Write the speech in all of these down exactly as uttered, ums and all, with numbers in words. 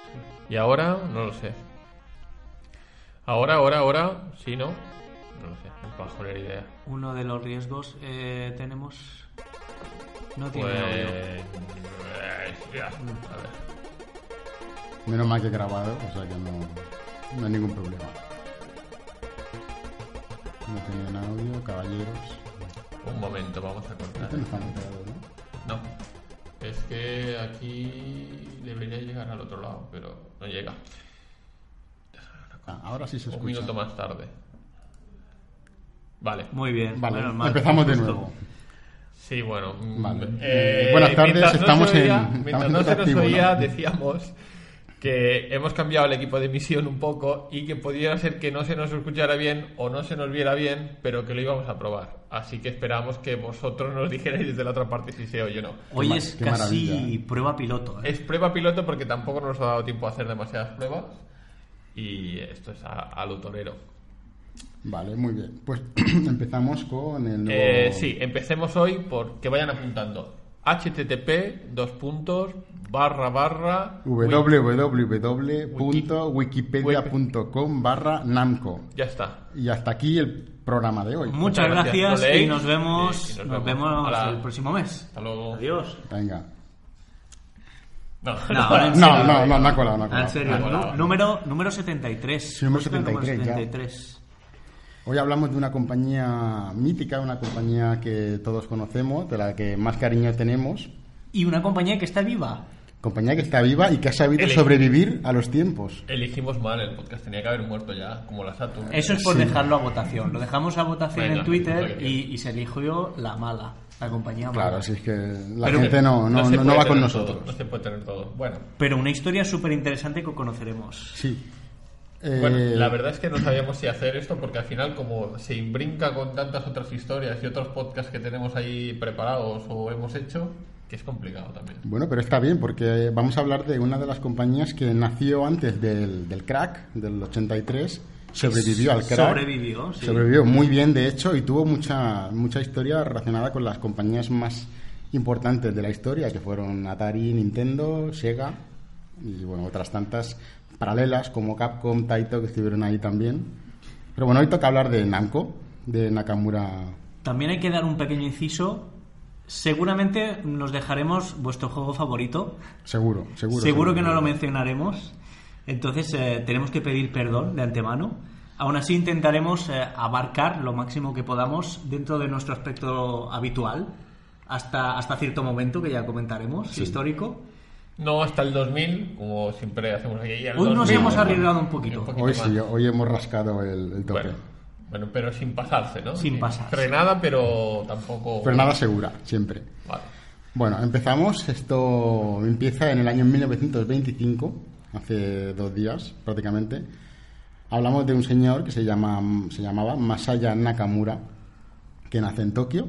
Y ahora, no lo sé. Ahora, ahora, ahora, sí, ¿no? No lo sé, no puedo poner idea. Uno de los riesgos eh, tenemos... No tiene Pues... audio. eh, ya, a ver. Menos mal que he grabado, o sea que no, no hay ningún problema. No tenían audio, caballeros. Un momento, vamos a cortar. Este no está muteado, ¿no? No. Es que aquí debería llegar al otro lado, pero no llega. Ah, ahora sí se escucha. Un minuto más tarde. Vale. Muy bien. Vale, menos mal. empezamos de Justo. nuevo. Sí, bueno. mm, Vale. eh, Buenas tardes, mientras no estamos se oía- en- Mientras estamos no en se nos activo, oía, ¿no? decíamos que hemos cambiado el equipo de emisión un poco y que pudiera ser que no se nos escuchara bien o no se nos viera bien, pero que lo íbamos a probar. Así que esperamos que vosotros nos dijerais desde la otra parte si se oye o no. Hoy Qué es ma- qué casi maravilla. prueba piloto. ¿eh? Es prueba piloto porque tampoco nos ha dado tiempo a hacer demasiadas pruebas y esto es a, a lo torero. Vale, muy bien. Pues empezamos con el nuevo... Eh, sí, empecemos hoy por que vayan apuntando. http dos puntos barra barra www.wikipedia.com barra Namco. ya está. Y hasta aquí el programa de hoy. Muchas Muchas gracias. gracias, ¿Lo leéis? y nos vemos, Sí, y nos nos vemos. vemos Hola. el próximo mes. Hasta luego. Adiós. Venga. No, No, ahora en No, serio. no, no, no ha colado, no ha Ah, colado. en serio, Ah, nu- hola. número, número setenta y tres. Sí, número Podcast setenta y tres, ya. setenta y tres. Hoy hablamos de una compañía mítica, una compañía que todos conocemos, de la que más cariño tenemos. Y una compañía que está viva. Compañía que está viva y que ha sabido El- sobrevivir a los tiempos. Elegimos mal el podcast, tenía que haber muerto ya, como la Saturn. Eso es por Sí. dejarlo a votación. Lo dejamos a votación Venga, en Twitter lo que y, y se eligió la mala, la compañía mala. Claro, si es que la Pero- gente no, no, se no, no puede va con tener nosotros. todo, no se puede tener todo. Bueno, Pero una historia súper interesante que conoceremos. Sí. Eh, bueno, la verdad es que no sabíamos si hacer esto porque al final como se imbrinca con tantas otras historias y otros podcasts que tenemos ahí preparados o hemos hecho, que es complicado también. Bueno, pero está bien porque vamos a hablar de una de las compañías que nació antes del, del crack, del ochenta y tres, sobrevivió al crack. Sobrevivió, sí. Sobrevivió muy bien, de hecho, y tuvo mucha, mucha historia relacionada con las compañías más importantes de la historia, que fueron Atari, Nintendo, Sega y bueno, otras tantas paralelas como Capcom, Taito, que estuvieron ahí también. Pero bueno, hoy toca hablar de Namco, de Nakamura. También hay que dar un pequeño inciso. Seguramente nos dejaremos vuestro juego favorito. Seguro, seguro. Seguro que no lo mencionaremos. Entonces eh, tenemos que pedir perdón de antemano. Aún así intentaremos eh, abarcar lo máximo que podamos dentro de nuestro aspecto habitual hasta, hasta cierto momento que ya comentaremos, Sí. histórico. No hasta el dos mil, como siempre hacemos aquí. y el Hoy nos dos mil, hemos bueno, arriesgado un poquito. Hoy más. sí, hoy hemos rascado el, el tope. Bueno, bueno, pero sin pasarse, ¿no? Sin pasarse. Frenada, pero tampoco... Pero nada segura, siempre. Vale. Bueno, empezamos. Esto empieza en el año mil novecientos veinticinco, hace dos días prácticamente. Hablamos de un señor que se llama se llamaba Masaya Nakamura, que nace en Tokio,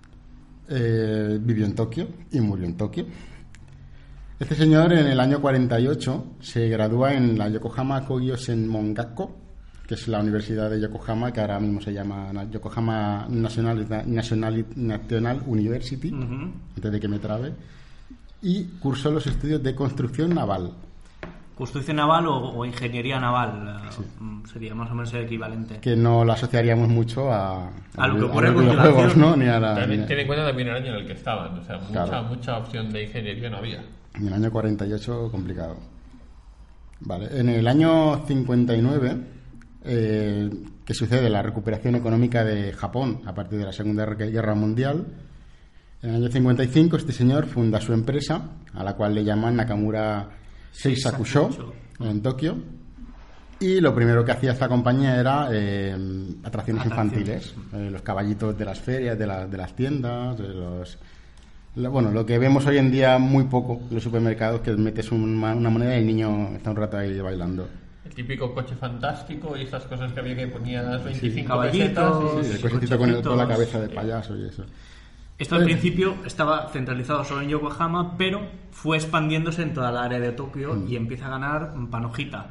eh, vivió en Tokio y murió en Tokio. Este señor en el año cuarenta y ocho se gradúa en la Yokohama Kogyo Senmongakko, que es la Universidad de Yokohama, que ahora mismo se llama Yokohama National, National, National University, Ujú. antes de que me trabe, y cursó los estudios de construcción naval. Construcción naval o, o ingeniería naval eh, mm, sería más o menos el equivalente. Que no la asociaríamos mucho a, A lo que a ocurre los a videojuegos, continuación. ¿no? Ni a la, También ni a- ten en cuenta también el año en el que estaban. O sea, mucha, Claro. mucha opción de ingeniería no había. En el año cuarenta y ocho, complicado. Vale, en el año cincuenta y nueve, eh, que sucede la recuperación económica de Japón a partir de la Segunda Guerra Mundial, en el año cincuenta y cinco este señor funda su empresa, a la cual le llaman Nakamura Seisakusho, Seisakusho. en Tokio, y lo primero que hacía esta compañía era eh, atracciones, Atracciones. infantiles, eh, los caballitos de las ferias, de, la- de las tiendas, de los... lo- Bueno, lo que vemos hoy en día muy poco en los supermercados, que metes una, una moneda y el niño está un rato ahí bailando. El típico coche fantástico y esas cosas que había que ponías veinticinco caballitos. pesetas. Sí, el Sí, cosecito con, el- con la cochecitos. cabeza de payaso y eso. Esto al principio estaba centralizado solo en Yokohama, pero fue expandiéndose en toda la área de Tokio Mm. y empieza a ganar panojita.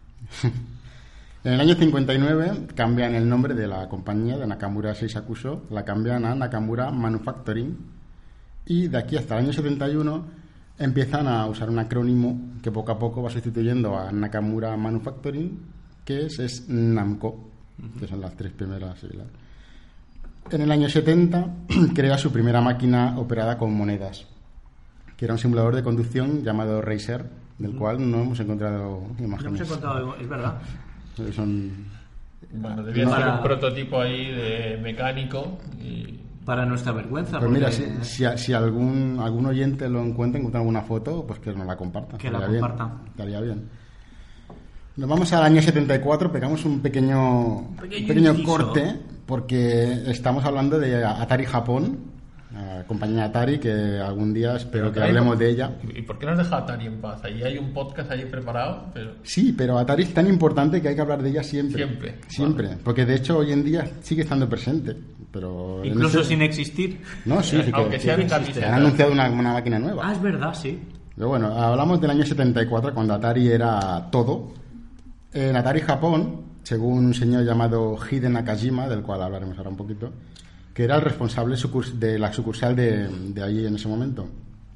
En el año cincuenta y nueve cambian el nombre de la compañía, de Nakamura Seisakusho, la cambian a Nakamura Manufacturing, y de aquí hasta el año setenta y uno empiezan a usar un acrónimo que poco a poco va sustituyendo a Nakamura Manufacturing, que es, es Namco, uh-huh. que son las tres primeras siglas. En el año setenta crea su primera máquina operada con monedas, que era un simulador de conducción llamado Racer, del uh-huh. cual no hemos encontrado imágenes. No hemos encontrado, es verdad. Son... Bueno, debía no, ser para... un prototipo ahí de mecánico y... Para nuestra vergüenza. Pues porque... mira, si, si, si algún algún oyente lo encuentra, encuentra alguna foto, pues que nos la comparta. Que la comparta. Estaría bien. Nos vamos al año setenta y cuatro, pegamos un pequeño, pequeño, pequeño corte, porque estamos hablando de Atari Japón, la compañía Atari, que algún día espero que hablemos de ella. ¿Y por qué nos deja Atari en paz? Ahí hay un podcast ahí preparado. Pero... Sí, pero Atari es tan importante que hay que hablar de ella siempre. Siempre. Siempre. Vale. Porque de hecho hoy en día sigue estando presente. Pero incluso ese... sin existir. No, sí, sí que, aunque sea sí, sí, han anunciado una, una máquina nueva. Ah, es verdad, sí. Pero bueno, hablamos del año setenta y cuatro, cuando Atari era todo. En Atari Japón, según un señor llamado Hide Nakajima, del cual hablaremos ahora un poquito, que era el responsable de la sucursal de, de ahí en ese momento.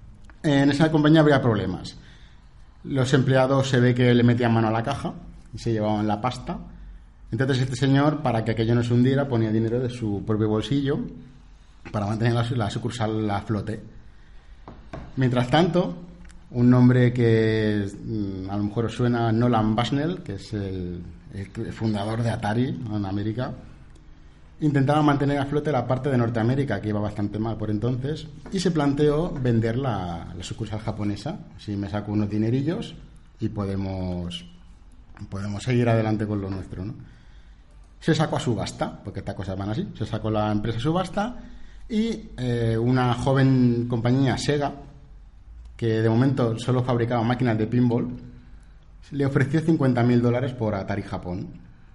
En esa compañía habría problemas. Los empleados se ve que le metían mano a la caja y se llevaban la pasta. Entonces este señor, para que aquello no se hundiera, ponía dinero de su propio bolsillo para mantener la, la sucursal a flote. Mientras tanto, un nombre que a lo mejor os suena, Nolan Bushnell, que es el, el fundador de Atari en América, intentaba mantener a flote la parte de Norteamérica, que iba bastante mal por entonces, y se planteó vender la, la sucursal japonesa. Así me saco unos dinerillos y podemos, podemos seguir adelante con lo nuestro, ¿no? Se sacó a subasta, porque estas cosas van así, se sacó la empresa a subasta y eh, una joven compañía, Sega, que de momento solo fabricaba máquinas de pinball, le ofreció cincuenta mil dólares por Atari Japón.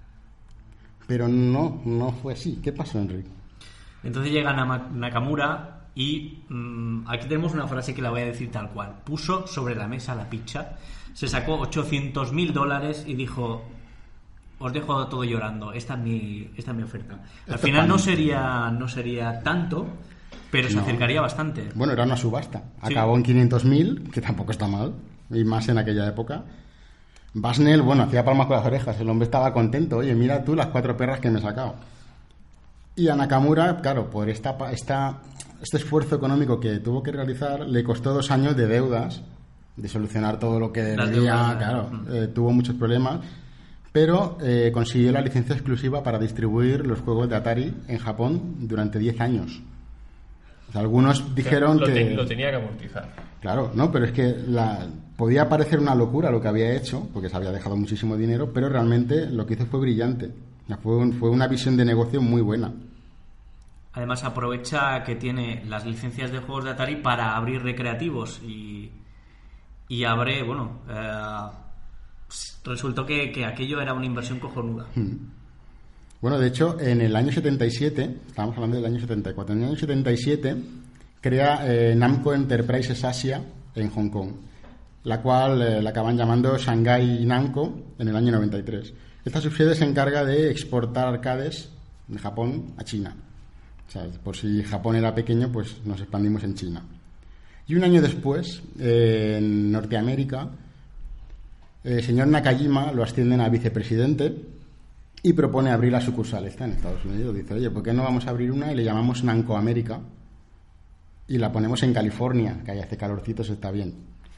Pero no, no fue así. ¿Qué pasó, Enrique? Entonces llega Nakamura y mmm, aquí tenemos una frase que la voy a decir tal cual. Puso sobre la mesa la picha, se sacó ochocientos mil dólares y dijo: os dejo todo llorando, esta es mi, esta es mi oferta. Al Esto final no sería, no sería tanto, pero se no. acercaría bastante. Bueno, era una subasta. Sí. Acabó en quinientos mil, que tampoco está mal, y más en aquella época. Bushnell, bueno, hacía palmas con las orejas, el hombre estaba contento. Oye, mira tú las cuatro perras que me he sacado. Y a Nakamura, claro, por esta, esta, este esfuerzo económico que tuvo que realizar, le costó dos años de deudas, de solucionar todo lo que debía, claro, eh, tuvo muchos problemas, pero eh, consiguió la licencia exclusiva para distribuir los juegos de Atari en Japón durante diez años. O sea, algunos dijeron lo que... Te, lo tenía que amortizar. Claro, no, pero es que la, podía parecer una locura lo que había hecho, porque se había dejado muchísimo dinero, pero realmente lo que hizo fue brillante. Fue, un, fue una visión de negocio muy buena. Además aprovecha que tiene las licencias de juegos de Atari para abrir recreativos y, y abre, bueno, eh, resultó que, que aquello era una inversión cojonuda. Hmm. Bueno, de hecho, en el año setenta y siete, estábamos hablando del año setenta y cuatro, en el año setenta y siete crea eh, Namco Enterprises Asia en Hong Kong, la cual eh, la acaban llamando Shanghai Namco en el año noventa y tres. Esta subsede se encarga de exportar arcades de Japón a China. O sea, por si Japón era pequeño, pues nos expandimos en China. Y un año después, eh, en Norteamérica, el señor Nakajima lo ascienden a vicepresidente y propone abrir la sucursal. Está en Estados Unidos. Dice, oye, ¿por qué no vamos a abrir una y le llamamos Namco América? Y la ponemos en California, que ahí hace calorcito, eso está bien.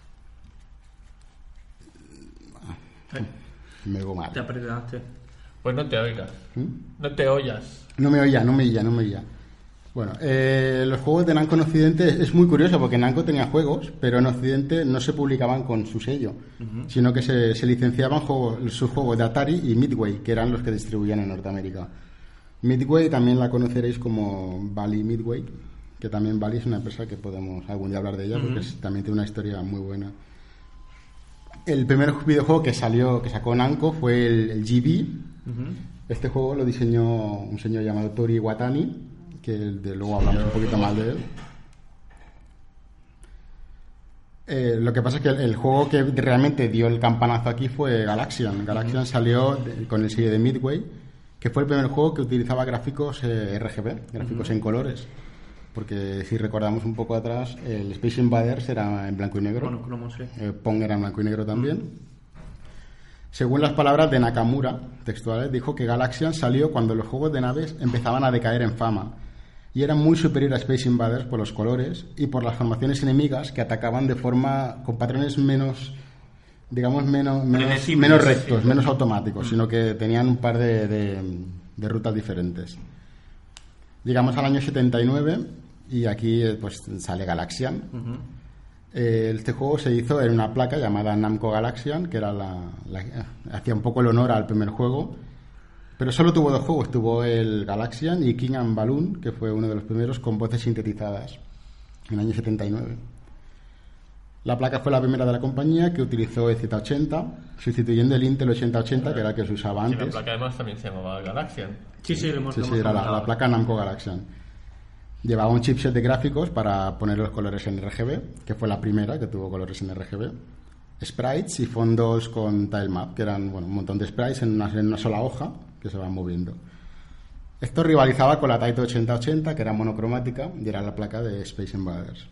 Me oigo mal. Te apretaste. Pues no te oigas. ¿Mm? No te oyas. No me oía, no me oía, no me oía. Bueno, eh, los juegos de Namco en Occidente es muy curioso porque Namco tenía juegos, pero en Occidente no se publicaban con su sello, uh-huh. sino que se, se licenciaban juegos, sus juegos de Atari y Midway, que eran los que distribuían en Norteamérica. Midway también la conoceréis como Bally Midway, que también Bally es una empresa que podemos algún día hablar de ella, uh-huh. porque es, también tiene una historia muy buena. El primer videojuego que salió, que sacó Namco fue el, el G B. Uh-huh. Este juego lo diseñó un señor llamado Tori Watani, que de luego hablamos un poquito más de él. Eh, lo que pasa es que el, el juego que realmente dio el campanazo aquí fue Galaxian. Galaxian uh-huh. salió de, con el sello de Midway, que fue el primer juego que utilizaba gráficos eh, R G B, gráficos uh-huh. en colores. porque si recordamos un poco atrás, el Space Invaders era en blanco y negro. Monocromo, sí. Eh, Pong era en blanco y negro también. Mm. Según las palabras de Nakamura, textuales, dijo que Galaxian salió cuando los juegos de naves empezaban a decaer en fama y era muy superior a Space Invaders por los colores y por las formaciones enemigas que atacaban de forma con patrones menos, digamos, menos, menos, menos rectos, menos automáticos, mm. sino que tenían un par de, de, de rutas diferentes. Llegamos al año setenta y nueve y aquí pues sale Galaxian. Uh-huh. Eh, este juego se hizo en una placa llamada Namco Galaxian, que era la, la, hacía un poco el honor al primer juego, pero solo tuvo dos juegos. Tuvo el Galaxian y King and Balloon, que fue uno de los primeros con voces sintetizadas en el año setenta y nueve. La placa fue la primera de la compañía que utilizó el Z ochenta, sustituyendo el Intel ochenta ochenta, que era el que se usaba antes. Y la placa además también se llamaba Galaxian. Sí, sí, lo hemos, sí, lo sí hemos era la, la placa Namco Galaxian. Llevaba un chipset de gráficos para poner los colores en R G B, que fue la primera que tuvo colores en R G B. Sprites y fondos con tilemap, que eran bueno, un montón de sprites en una, en una sola hoja que se van moviendo. Esto rivalizaba con la Taito ochenta ochenta, que era monocromática y era la placa de Space Invaders.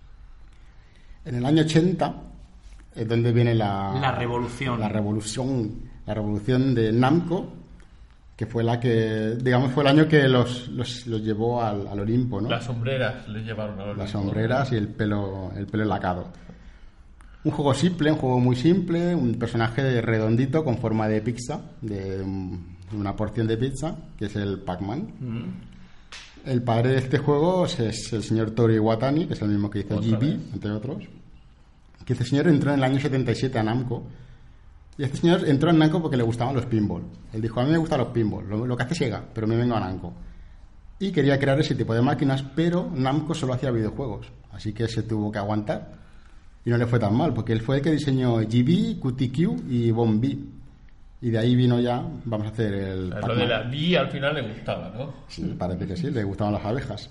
En el año ochenta es donde viene la... La revolución. La revolución, la revolución de Namco, que fue la que, digamos, fue el año que los, los, los llevó al, al Olimpo, ¿no? Las sombreras les llevaron al Olimpo. Las sombreras y el pelo, el pelo lacado. Un juego simple, un juego muy simple, un personaje redondito con forma de pizza, de una porción de pizza, que es el Pac-Man. Mm. El padre de este juego es el señor Toru Iwatani, que es el mismo que hizo G B, entre otros. Que este señor entró en el año setenta y siete a Namco. Y este señor entró en Namco porque le gustaban los pinball. Él dijo, a mí me gustan los pinball, lo, lo que hace Sega, pero me vengo a Namco. Y quería crear ese tipo de máquinas, pero Namco solo hacía videojuegos. Así que se tuvo que aguantar. Y no le fue tan mal, porque él fue el que diseñó G B, Q T Q y Bomb B. Y de ahí vino ya, vamos a hacer el... Lo Pac-Man. De la B al final le gustaba, ¿no? Sí, parece que sí, le gustaban las abejas.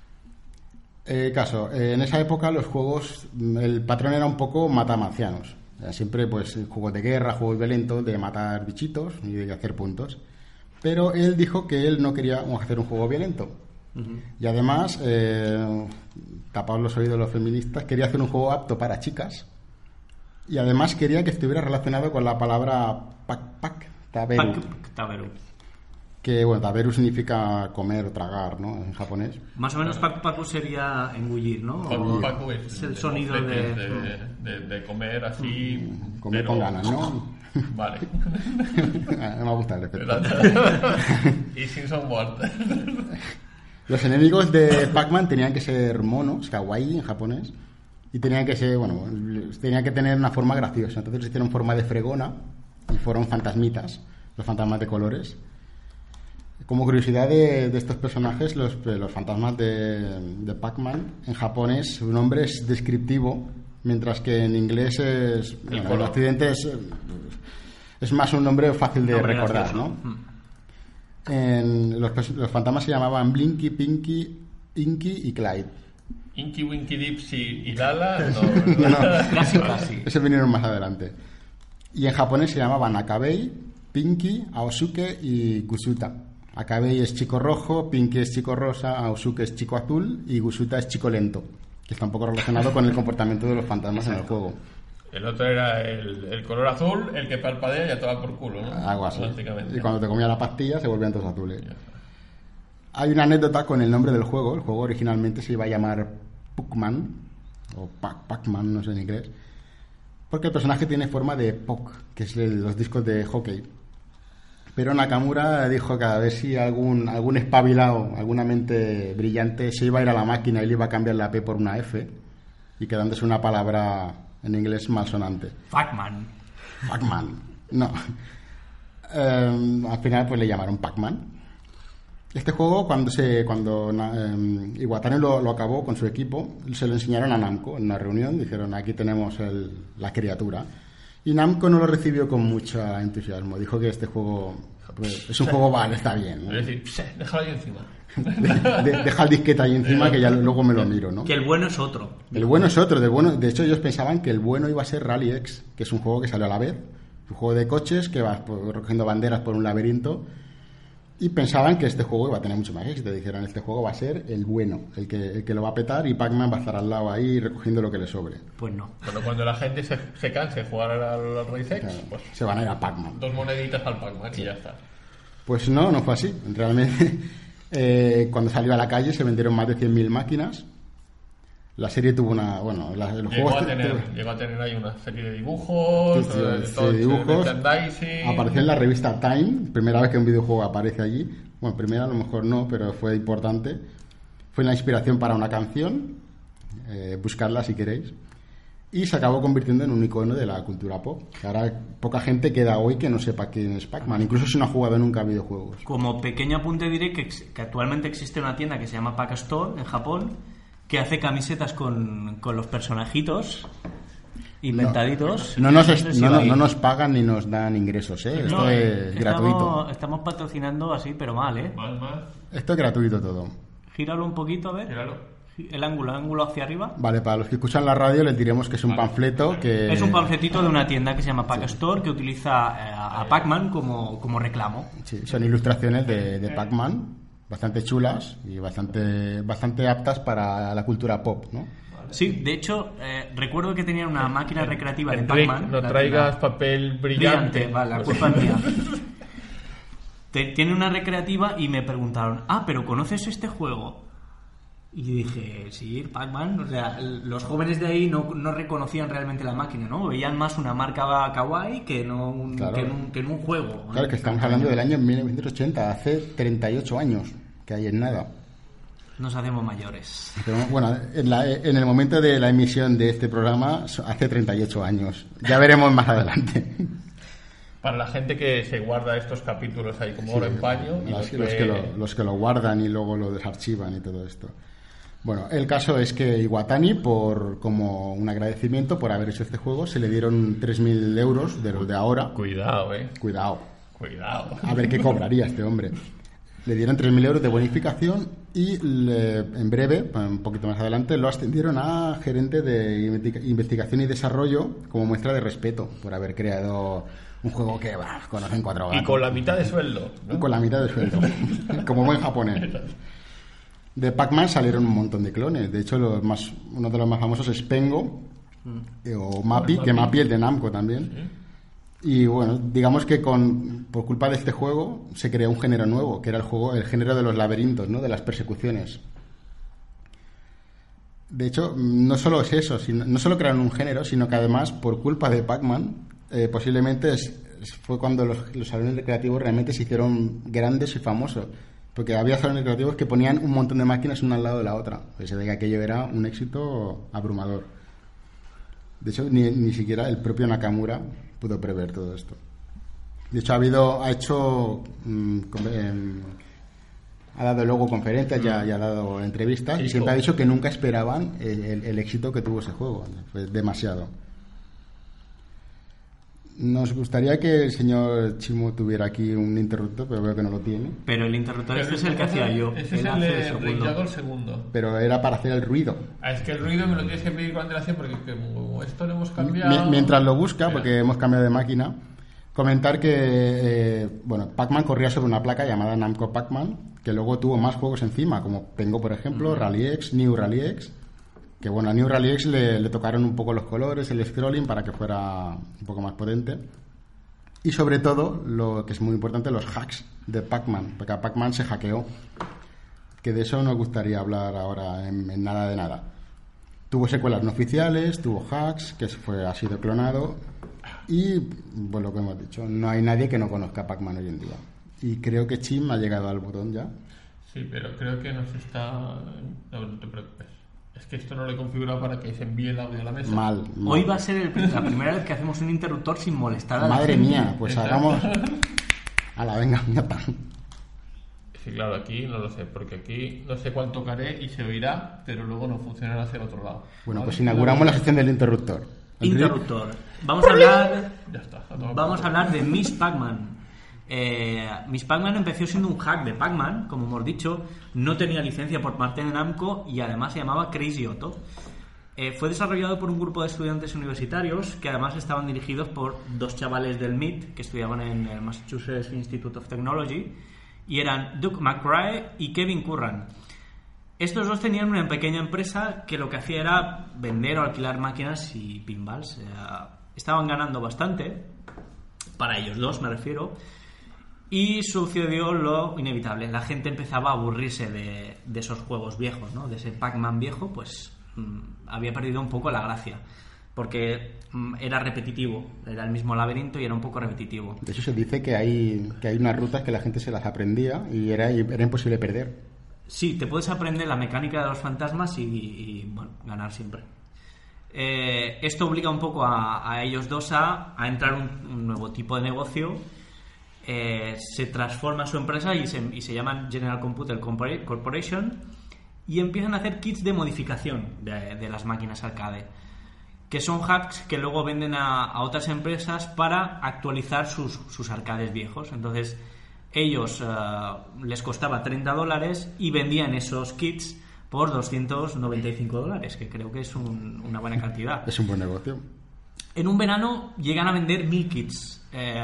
Eh, caso, eh, en esa época los juegos, el patrón era un poco matamarcianos. Siempre pues juegos de guerra, juegos violentos, de matar bichitos y de hacer puntos. Pero él dijo que él no quería hacer un juego violento. Uh-huh. Y además, eh, tapados los oídos los feministas, quería hacer un juego apto para chicas. Y además quería que estuviera relacionado con la palabra pak pak taberu. Pak, taberu. Que bueno, taberu significa comer o tragar, ¿no? En japonés. Más o menos pak paku sería engullir, ¿no? Paku paku es, es el sonido de de, de, de comer así. Comer pero... con ganas, ¿no? Vale. No me gusta el efecto. Y sin son muertos. Los enemigos de Pac-Man tenían que ser monos, kawaii en japonés. Y tenían que ser, bueno, tenían que tener una forma graciosa. Entonces hicieron forma de fregona y fueron fantasmitas, los fantasmas de colores. Como curiosidad de, de estos personajes, los, los fantasmas de, de Pac-Man, en japonés su nombre es descriptivo, mientras que en inglés es, bueno, en Occidente es, es más un nombre fácil de nombre recordar, gracioso, ¿no? Mm. En, los, los fantasmas se llamaban Blinky, Pinky, Inky y Clyde. Inky, Winky, Dipsy y Lala, no, no, no, casi, casi. Esos vinieron más adelante. Y en japonés se llamaban Akabei, Pinky, Aosuke y Gusuta. Akabei es chico rojo, Pinky es chico rosa, Aosuke es chico azul y Gusuta es chico lento, que está un poco relacionado con el comportamiento de los fantasmas en el juego. El otro era el, el color azul, el que parpadea y a tomar por culo, ¿no? Algo así. Y cuando te comía la pastilla se volvían todos azules. Ya. Hay una anécdota con el nombre del juego. El juego originalmente se iba a llamar Puckman, o Pac, Pac-Man, no sé en inglés, porque el personaje tiene forma de Puck, que es el, los discos de hockey. Pero Nakamura dijo que a ver si algún, algún espabilado, alguna mente brillante se iba a ir a la máquina y le iba a cambiar la P por una F y quedándose una palabra en inglés malsonante. Pac-Man. Pac-Man. No. Eh, al final pues le llamaron Pac-Man. Este juego, cuando se cuando eh, Iwatani lo, lo acabó con su equipo, se lo enseñaron a Namco en una reunión. Dijeron, aquí tenemos el, la criatura. Y Namco no lo recibió con mucho entusiasmo. Dijo que este juego pues, es un juego vale, está bien, ¿no? Es decir, déjalo ahí encima. De, de, deja el disquete ahí encima que ya luego me lo miro, ¿no? Que el bueno es otro. El bueno es otro. De, bueno, de hecho, ellos pensaban que el bueno iba a ser Rally X, que es un juego que salió a la vez. Un juego de coches que vas pues, recogiendo banderas por un laberinto. Y pensaban que este juego iba a tener mucho más éxito. Dijeron, este juego va a ser el bueno, el que, el que lo va a petar, y Pac-Man va a estar al lado ahí recogiendo lo que le sobre. Pues no. Bueno, cuando la gente se, se canse de jugar al, al Race X, Claro, pues se van a ir a Pac-Man. dos moneditas al Pac-Man y ya está. Pues no, no fue así. Realmente, eh, cuando salió a la calle se vendieron más de cien mil máquinas. La serie tuvo una... Bueno, la, los Llegó juegos... a, tener, tuvo- llegó a tener ahí una serie de dibujos, Sí, sí, de sí, todo, dibujos. merchandising. Apareció en la revista Time, primera vez que un videojuego aparece allí. Bueno, primera a lo mejor no, pero fue importante. Fue la inspiración para una canción, eh, buscarla si queréis. Y se acabó convirtiendo en un icono de la cultura pop. Ahora poca gente queda hoy que no sepa quién es Pac-Man, incluso si no ha jugado nunca a videojuegos. Como pequeño apunte diré que, ex- que actualmente existe una tienda que se llama Pac Store en Japón, que hace camisetas con, con los personajitos inventaditos. No nos, sé est- si no, va no- ahí. no nos pagan ni nos dan ingresos, ¿eh? Esto No, es estamos, gratuito. Estamos patrocinando así, pero mal, ¿eh? Más, más, Esto es gratuito todo. Gíralo un poquito, a ver. míralo. El ángulo, el ángulo hacia arriba. Vale, para los que escuchan la radio les diremos que es un panfleto que... Es un panfletito de una tienda que se llama Pac Store, que utiliza eh, a Pac-Man como, como reclamo. Sí, son ilustraciones de, de Pac-Man, bastante chulas y bastante, bastante aptas para la cultura pop, ¿no? Sí, de hecho, eh, recuerdo que tenían una máquina recreativa de Enrique, Pac-Man. no la- traigas la- papel brillante. Brillante, vale, la Pues- culpa es mía. Te- Tiene una recreativa y me preguntaron, ah, pero ¿conoces este juego? Y yo dije, sí, Pac-Man. O sea, los jóvenes de ahí no, no reconocían realmente la máquina, ¿no? Veían más una marca kawaii que, no un, Claro. que, en un, que en un juego. Claro, que estamos hablando del año mil novecientos ochenta, hace treinta y ocho años, que hay en nada. Nos hacemos mayores. Pero, bueno, en, la- en el momento de la emisión de este programa, so- hace treinta y ocho años. Ya veremos más adelante. Para la gente que se guarda estos capítulos ahí como oro en paño. y Los, los los que- que lo, los que lo guardan y luego lo desarchivan y todo esto. Bueno, el caso es que Iwatani, por, como un agradecimiento por haber hecho este juego, se le dieron tres mil euros de los de ahora. Cuidado, eh. Cuidado, Cuidado. a ver qué cobraría este hombre. Le dieron tres mil euros de bonificación y le- en breve, un poquito más adelante, lo ascendieron a gerente de investi- investigación y desarrollo como muestra de respeto por haber creado un juego que bah, conocen cuatro gatos. Y con la mitad de sueldo, ¿no? Y con la mitad de sueldo, como buen japonés. De Pac-Man salieron un montón de clones. De hecho, los más, uno de los más famosos es Pengo, eh, o Mappy, que Mappy es de Namco también. Y bueno, digamos que con, por culpa de este juego se creó un género nuevo, que era el juego, el género de los laberintos, ¿no? De las persecuciones. De hecho, no solo es eso, sino, no solo crearon un género, sino que además, por culpa de Pac-Man, eh, posiblemente es- es- fue cuando los, los salones recreativos realmente se hicieron grandes y famosos. Porque había salones recreativos que ponían un montón de máquinas una al lado de la otra. Pues se ve que aquello era un éxito abrumador. De hecho, ni, ni siquiera el propio Nakamura pudo prever todo esto. De hecho, ha habido, ha hecho, mm, con- em, ha dado luego conferencias, ya, ya ha dado entrevistas Sí, y siempre como- ha dicho que nunca esperaban el, el- el éxito que tuvo ese juego. Fue demasiado. Nos gustaría que el señor Chimo tuviera aquí un interruptor, pero veo que no lo tiene. Pero el interruptor Pero este es el que hacía yo. Ese es Él el hace de segundo. Rayado el segundo. Pero era para hacer el ruido. Ah, es que el ruido me lo tienes que pedir con antelación porque como esto lo hemos Mi- cambiado. Mientras lo busca, Espera. porque hemos cambiado de máquina, comentar que eh, bueno, Pac-Man corría sobre una placa llamada Namco Pac-Man, que luego tuvo más juegos encima, como Pengo, por ejemplo, Rally X, New Rally X, que bueno, a New Rally X le, le tocaron un poco los colores, el scrolling, para que fuera un poco más potente. Y sobre todo, lo que es muy importante, los hacks de Pac-Man, porque a Pac-Man se hackeó, que de eso nos gustaría hablar ahora en, en nada de nada. Tuvo secuelas no oficiales, tuvo hacks, que fue, ha sido clonado. Y, bueno, lo que hemos dicho, no hay nadie que no conozca a Pac-Man hoy en día. Y creo que Chim ha llegado al botón ya. Sí, pero creo que nos está. No, no te preocupes. Es que esto no lo he configurado para que se envíe el audio a la mesa. Mal. mal. Hoy va a ser el- la primera vez que hacemos un interruptor sin molestar a la Madre gente. mía, pues Exacto. hagamos... A la venga, ya está. Sí, claro, aquí no lo sé, porque aquí no sé cuál tocaré y se oirá, pero luego no funcionará hacia el otro lado. Bueno, ¿Vale? pues inauguramos la sección del interruptor. Enrique, Interruptor. Vamos a hablar Ya está. a tomar Vamos por a hablar de Miss Pac-Man. Eh, Miss Pac-Man empezó siendo un hack de Pac-Man, como hemos dicho, no tenía licencia por parte de Namco y además se llamaba Crazy Otto. Eh, fue desarrollado por un grupo de estudiantes universitarios que además estaban dirigidos por dos chavales del M I T que estudiaban en el Massachusetts Institute of Technology y eran Doug McRae y Kevin Curran. Estos dos tenían una pequeña empresa que lo que hacía era vender o alquilar máquinas y pinballs. Eh, estaban ganando bastante, para ellos dos me refiero, y sucedió lo inevitable. La gente empezaba a aburrirse de, de esos juegos viejos, ¿no? De ese Pac-Man viejo, pues mmm, había perdido un poco la gracia. Porque mmm, era repetitivo, era el mismo laberinto y era un poco repetitivo. De hecho se dice que hay, que hay unas rutas que la gente se las aprendía y era, era imposible perder. Sí, te puedes aprender la mecánica de los fantasmas y, y bueno, ganar siempre. Eh, esto obliga un poco a, a ellos dos a, a entrar un, un nuevo tipo de negocio. Eh, se transforma su empresa y se, y se llaman General Computer Corporation y empiezan a hacer kits de modificación de, de las máquinas arcade, que son hacks que luego venden a, a otras empresas para actualizar sus, sus arcades viejos. Entonces ellos uh, les costaba treinta dólares y vendían esos kits por doscientos noventa y cinco dólares, que creo que es un, una buena cantidad. Es un buen negocio. En un verano llegan a vender mil kits. Eh,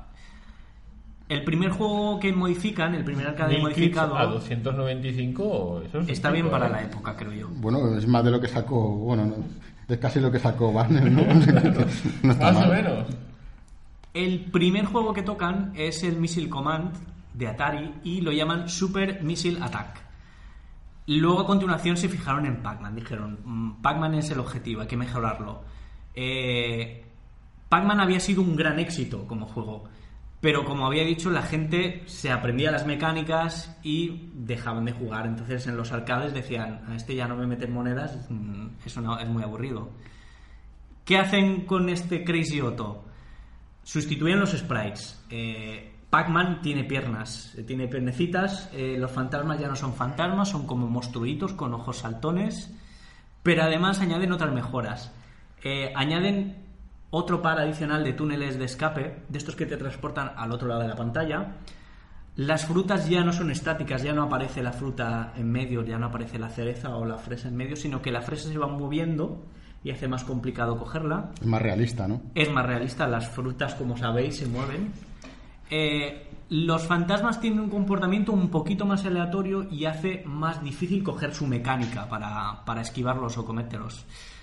el primer juego que modifican, el primer arcade modificado... ¿A doscientos noventa y cinco? Eso es está bien para la época, creo yo. Bueno, es más de lo que sacó... Bueno, no, es casi lo que sacó Warner, ¿no? No está más mal. o menos. El primer juego que tocan es el Missile Command de Atari y lo llaman Super Missile Attack. Luego a continuación se fijaron en Pac-Man. Dijeron, Pac-Man es el objetivo, hay que mejorarlo. Eh, Pac-Man había sido un gran éxito como juego, pero como había dicho, la gente se aprendía las mecánicas y dejaban de jugar. Entonces en los arcades decían, a este ya no me meten monedas, eso no, es muy aburrido. ¿Qué hacen con este Crazy Otto? Sustituyen los sprites. Eh, Pac-Man tiene piernas, tiene piernecitas. Eh, los fantasmas ya no son fantasmas, son como monstruitos con ojos saltones. Pero además añaden otras mejoras. Eh, añaden otro par adicional de túneles de escape, de estos que te transportan al otro lado de la pantalla. Las frutas ya no son estáticas, ya no aparece la fruta en medio, ya no aparece la cereza o la fresa en medio, sino que la fresa se va moviendo y hace más complicado cogerla. Es más realista, ¿no? Es más realista, las frutas, como sabéis, se mueven. Eh, los fantasmas tienen un comportamiento un poquito más aleatorio y hace más difícil coger su mecánica para, para esquivarlos o comértelos.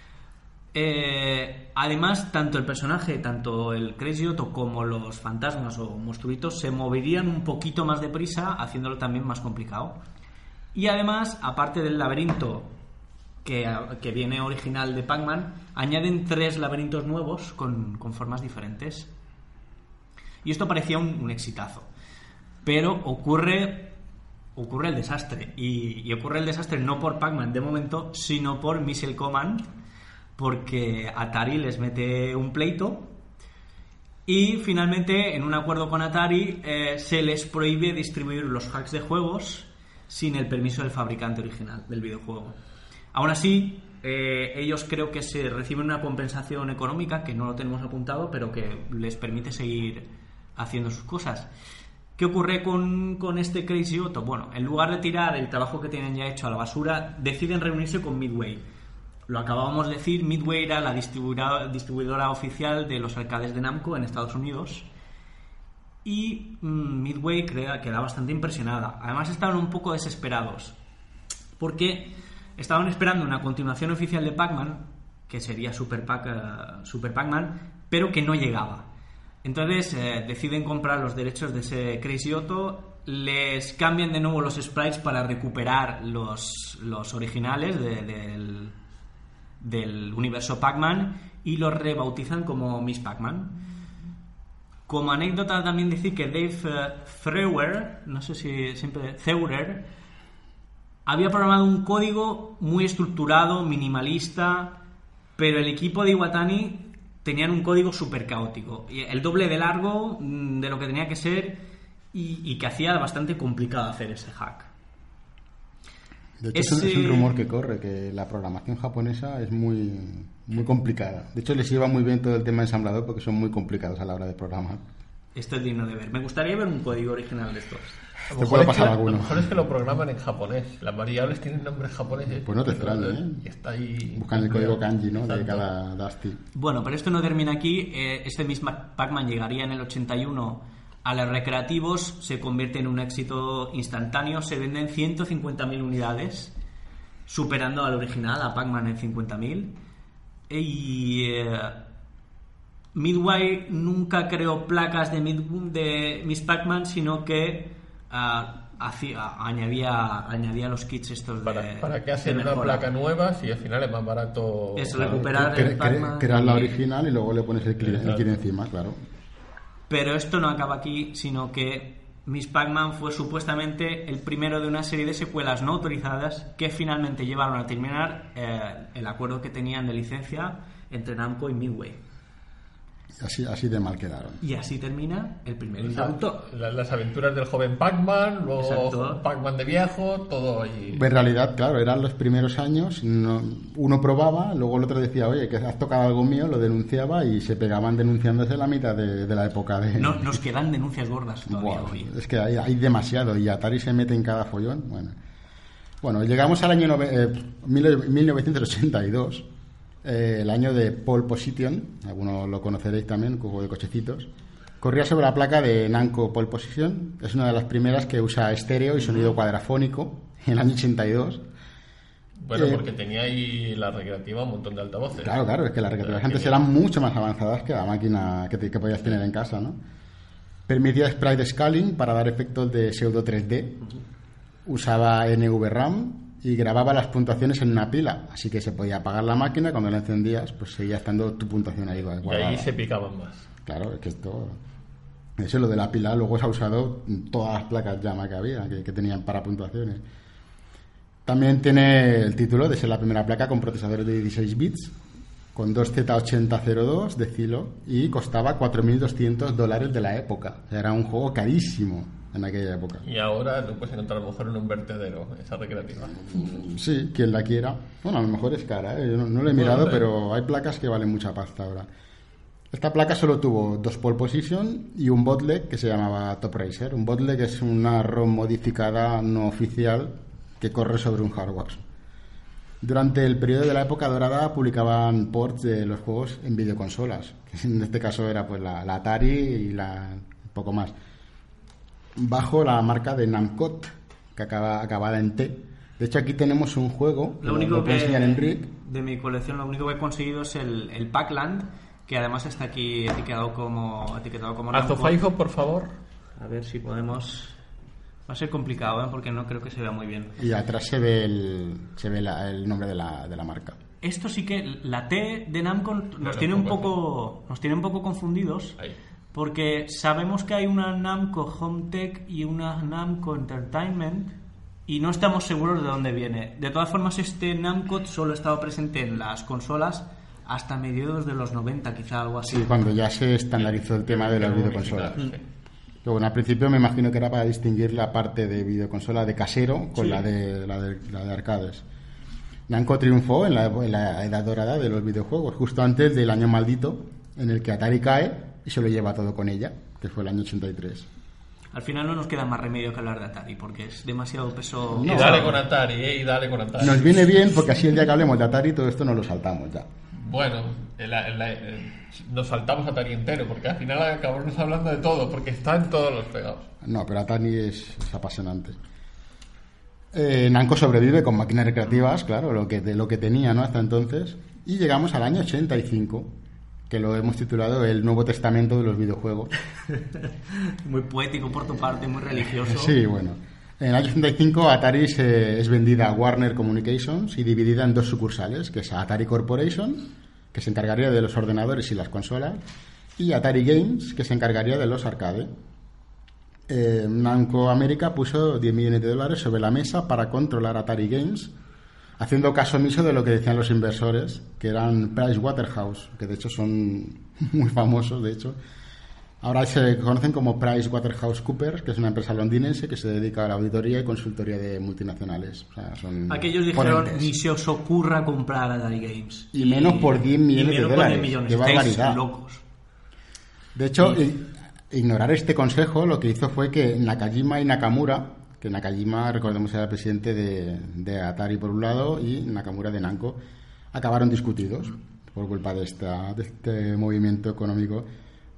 Eh, además, tanto el personaje, tanto el Crazy Otto como los fantasmas o monstruitos se moverían un poquito más deprisa, haciéndolo también más complicado. Y además, aparte del laberinto que, que viene original de Pac-Man, añaden tres laberintos nuevos con, con formas diferentes. Y esto parecía un, un exitazo. Pero ocurre, ocurre el desastre. Y, y ocurre el desastre no por Pac-Man de momento, sino por Missile Command, porque Atari les mete un pleito y finalmente, en un acuerdo con Atari, eh, se les prohíbe distribuir los hacks de juegos sin el permiso del fabricante original del videojuego. Aún así, eh, ellos creo que se reciben una compensación económica, que no lo tenemos apuntado, pero que les permite seguir haciendo sus cosas. ¿Qué ocurre con, con este Crazy Otto? Bueno, en lugar de tirar el trabajo que tienen ya hecho a la basura, deciden reunirse con Midway. Lo acabábamos de decir, Midway era la distribuidora, distribuidora oficial de los arcades de Namco en Estados Unidos. Y mmm, Midway crea, queda bastante impresionada. Además estaban un poco desesperados, porque estaban esperando una continuación oficial de Pac-Man, que sería Super, Pac, uh, Super Pac-Man, pero que no llegaba. Entonces eh, deciden comprar los derechos de ese Crazy Otto, les cambian de nuevo los sprites para recuperar los, los originales de, del... del universo Pac-Man y los rebautizan como Miss Pac-Man. Como anécdota también decir que Dave uh, Theurer, no sé si siempre Theurer, había programado un código muy estructurado, minimalista, pero el equipo de Iwatani tenían un código súper caótico, el doble de largo de lo que tenía que ser y, y que hacía bastante complicado hacer ese hack. De hecho, Ese... es un rumor que corre, que la programación japonesa es muy, muy complicada. De hecho, les lleva muy bien todo el tema ensamblador porque son muy complicados a la hora de programar. Esto es digno de ver. Me gustaría ver un código original de estos. A lo, mejor pasar es que, a lo mejor es que lo programan en japonés. Las variables tienen nombres japoneses. Pues no te extraña, ¿eh? Y está ahí... Buscan el código kanji, ¿no? De cada Dusty. Bueno, pero esto no termina aquí. Este mismo Pac-Man llegaría en el ochenta y uno A los recreativos se convierte en un éxito instantáneo, se venden ciento cincuenta mil unidades, superando al original, a Pac-Man en cincuenta mil. Y eh, Midway nunca creó placas de, Mid, de Miss Pac-Man, sino que uh, hacía, añadía, añadía los kits estos de... ¿Para, para qué hacer una placa nueva si al final es más barato? Es Claro, recuperar cre- el cre- Pac-Man. crear la y- original y luego le pones el kit, el kit encima, claro. Pero esto no acaba aquí, sino que Miss Pac-Man fue supuestamente el primero de una serie de secuelas no autorizadas que finalmente llevaron a terminar eh, el acuerdo que tenían de licencia entre Namco y Midway. Así, así de mal quedaron. Y así termina el primer interruptor. La- Las aventuras del joven Pac-Man, luego Exacto. Pac-Man de viejo, todo y... En realidad, claro, eran los primeros años, no- uno probaba, luego el otro decía, oye, que has tocado algo mío, lo denunciaba y se pegaban denunciándose la mitad de, de la época de... No, nos quedan denuncias gordas todavía Buah, hoy. es que hay, hay demasiado y Atari se mete en cada follón. Bueno, bueno llegamos al año nove- eh, mil novecientos ochenta y dos, eh, el año de Pole Position, algunos lo conoceréis también, juego de cochecitos. Corría sobre la placa de Namco Pole Position, es una de las primeras que usa estéreo y sonido cuadrafónico, en el año ochenta y dos. Bueno, Eh, porque tenía ahí la recreativa un montón de altavoces. Claro, claro, es que las recreativas Qué antes bien. eran mucho más avanzadas que la máquina que, te- que podías tener en casa, ¿no? Permitía sprite scaling para dar efectos de pseudo tres D. Usaba N V RAM y grababa las puntuaciones en una pila, así que se podía apagar la máquina, cuando la encendías, pues seguía estando tu puntuación ahí Y guardada. ahí se picaban más. Claro, es que esto... Eso, lo de la pila, luego se ha usado en todas las placas llama que había, que, que tenían para puntuaciones. También tiene el título de ser la primera placa con procesadores de dieciséis bits, con dos Z ochenta cero dos de Zilo, y costaba cuatro mil doscientos dólares de la época. Era un juego carísimo en aquella época. Y ahora lo puedes encontrar a lo mejor en un vertedero, esa recreativa. Sí, quien la quiera. Bueno, a lo mejor es cara, ¿eh? Yo no, no lo he mirado, Bueno, pero hay placas que valen mucha pasta ahora. Esta placa solo tuvo dos pole position y un bootleg que se llamaba Top Racer. Un bootleg es una ROM modificada no oficial que corre sobre un hardware. Durante el periodo de la época dorada publicaban ports de los juegos en videoconsolas, que en este caso era pues la, la Atari y la un poco más, bajo la marca de Namcot, que acaba acabada en T. De hecho, aquí tenemos un juego, Lo único puedo que enseñar en Rick. de mi colección, lo único que he conseguido es el, el Pac-Land, que además está aquí etiquetado como etiquetado como Namco. Azofaifo, por favor. A ver si podemos. Va a ser complicado, ¿eh? Porque no creo que se vea muy bien. Y atrás se ve el, se ve la- el nombre de la, de la marca. Esto sí que la T de Namco nos Claro, tiene un pues, poco nos tiene un poco confundidos, Ahí. porque sabemos que hay una Namco Home Tech y una Namco Entertainment y no estamos seguros de dónde viene. De todas formas, este Namco solo estaba presente en las consolas hasta mediados de los noventa, quizá algo así. Sí, cuando ya se estandarizó el tema de las Pero videoconsolas. unificar, sí. Pero bueno, al principio me imagino que era para distinguir la parte de videoconsola de casero con Sí. la, de, la, de, la de arcades. Namco triunfó en la, en la edad dorada de los videojuegos, justo antes del año maldito en el que Atari cae y se lo lleva todo con ella, que fue el año ochenta y tres. Al final no nos queda más remedio que hablar de Atari, porque es demasiado peso. Y No. dale con Atari, ¿eh? Y dale con Atari. Nos viene bien porque así el día que hablemos de Atari todo esto nos lo saltamos ya. Bueno, el- el- el- nos saltamos Atari entero, porque al final acabamos hablando de todo, porque están todos los pegados. No, pero Atari es, es apasionante. Eh, Namco sobrevive con máquinas recreativas, claro, lo que, de lo que tenía, ¿no? Hasta entonces. Y llegamos al año ochenta y cinco, que lo hemos titulado el Nuevo Testamento de los videojuegos. Muy poético por tu parte, muy religioso. Sí, bueno. En el año ochenta y cinco Atari se- es vendida a Warner Communications y dividida en dos sucursales, que es Atari Corporation, que se encargaría de los ordenadores y las consolas, y Atari Games, que se encargaría de los arcade. Eh, Namco América puso diez millones de dólares sobre la mesa para controlar Atari Games, haciendo caso omiso de lo que decían los inversores, que eran Pricewaterhouse, que de hecho son muy famosos, de hecho. Ahora se conocen como PricewaterhouseCoopers, que es una empresa londinense que se dedica a la auditoría y consultoría de multinacionales. O sea, son Aquellos dijeron, potentes. ni se os ocurra comprar Atari Games. Y menos por diez millones y menos de por dólares. diez millones. Qué Estáis barbaridad. locos. De hecho, i- ignorar este consejo lo que hizo fue que Nakajima y Nakamura, que Nakajima, recordemos, era el presidente de, de Atari por un lado y Nakamura de Namco, acabaron discutidos por culpa de, esta, de este movimiento económico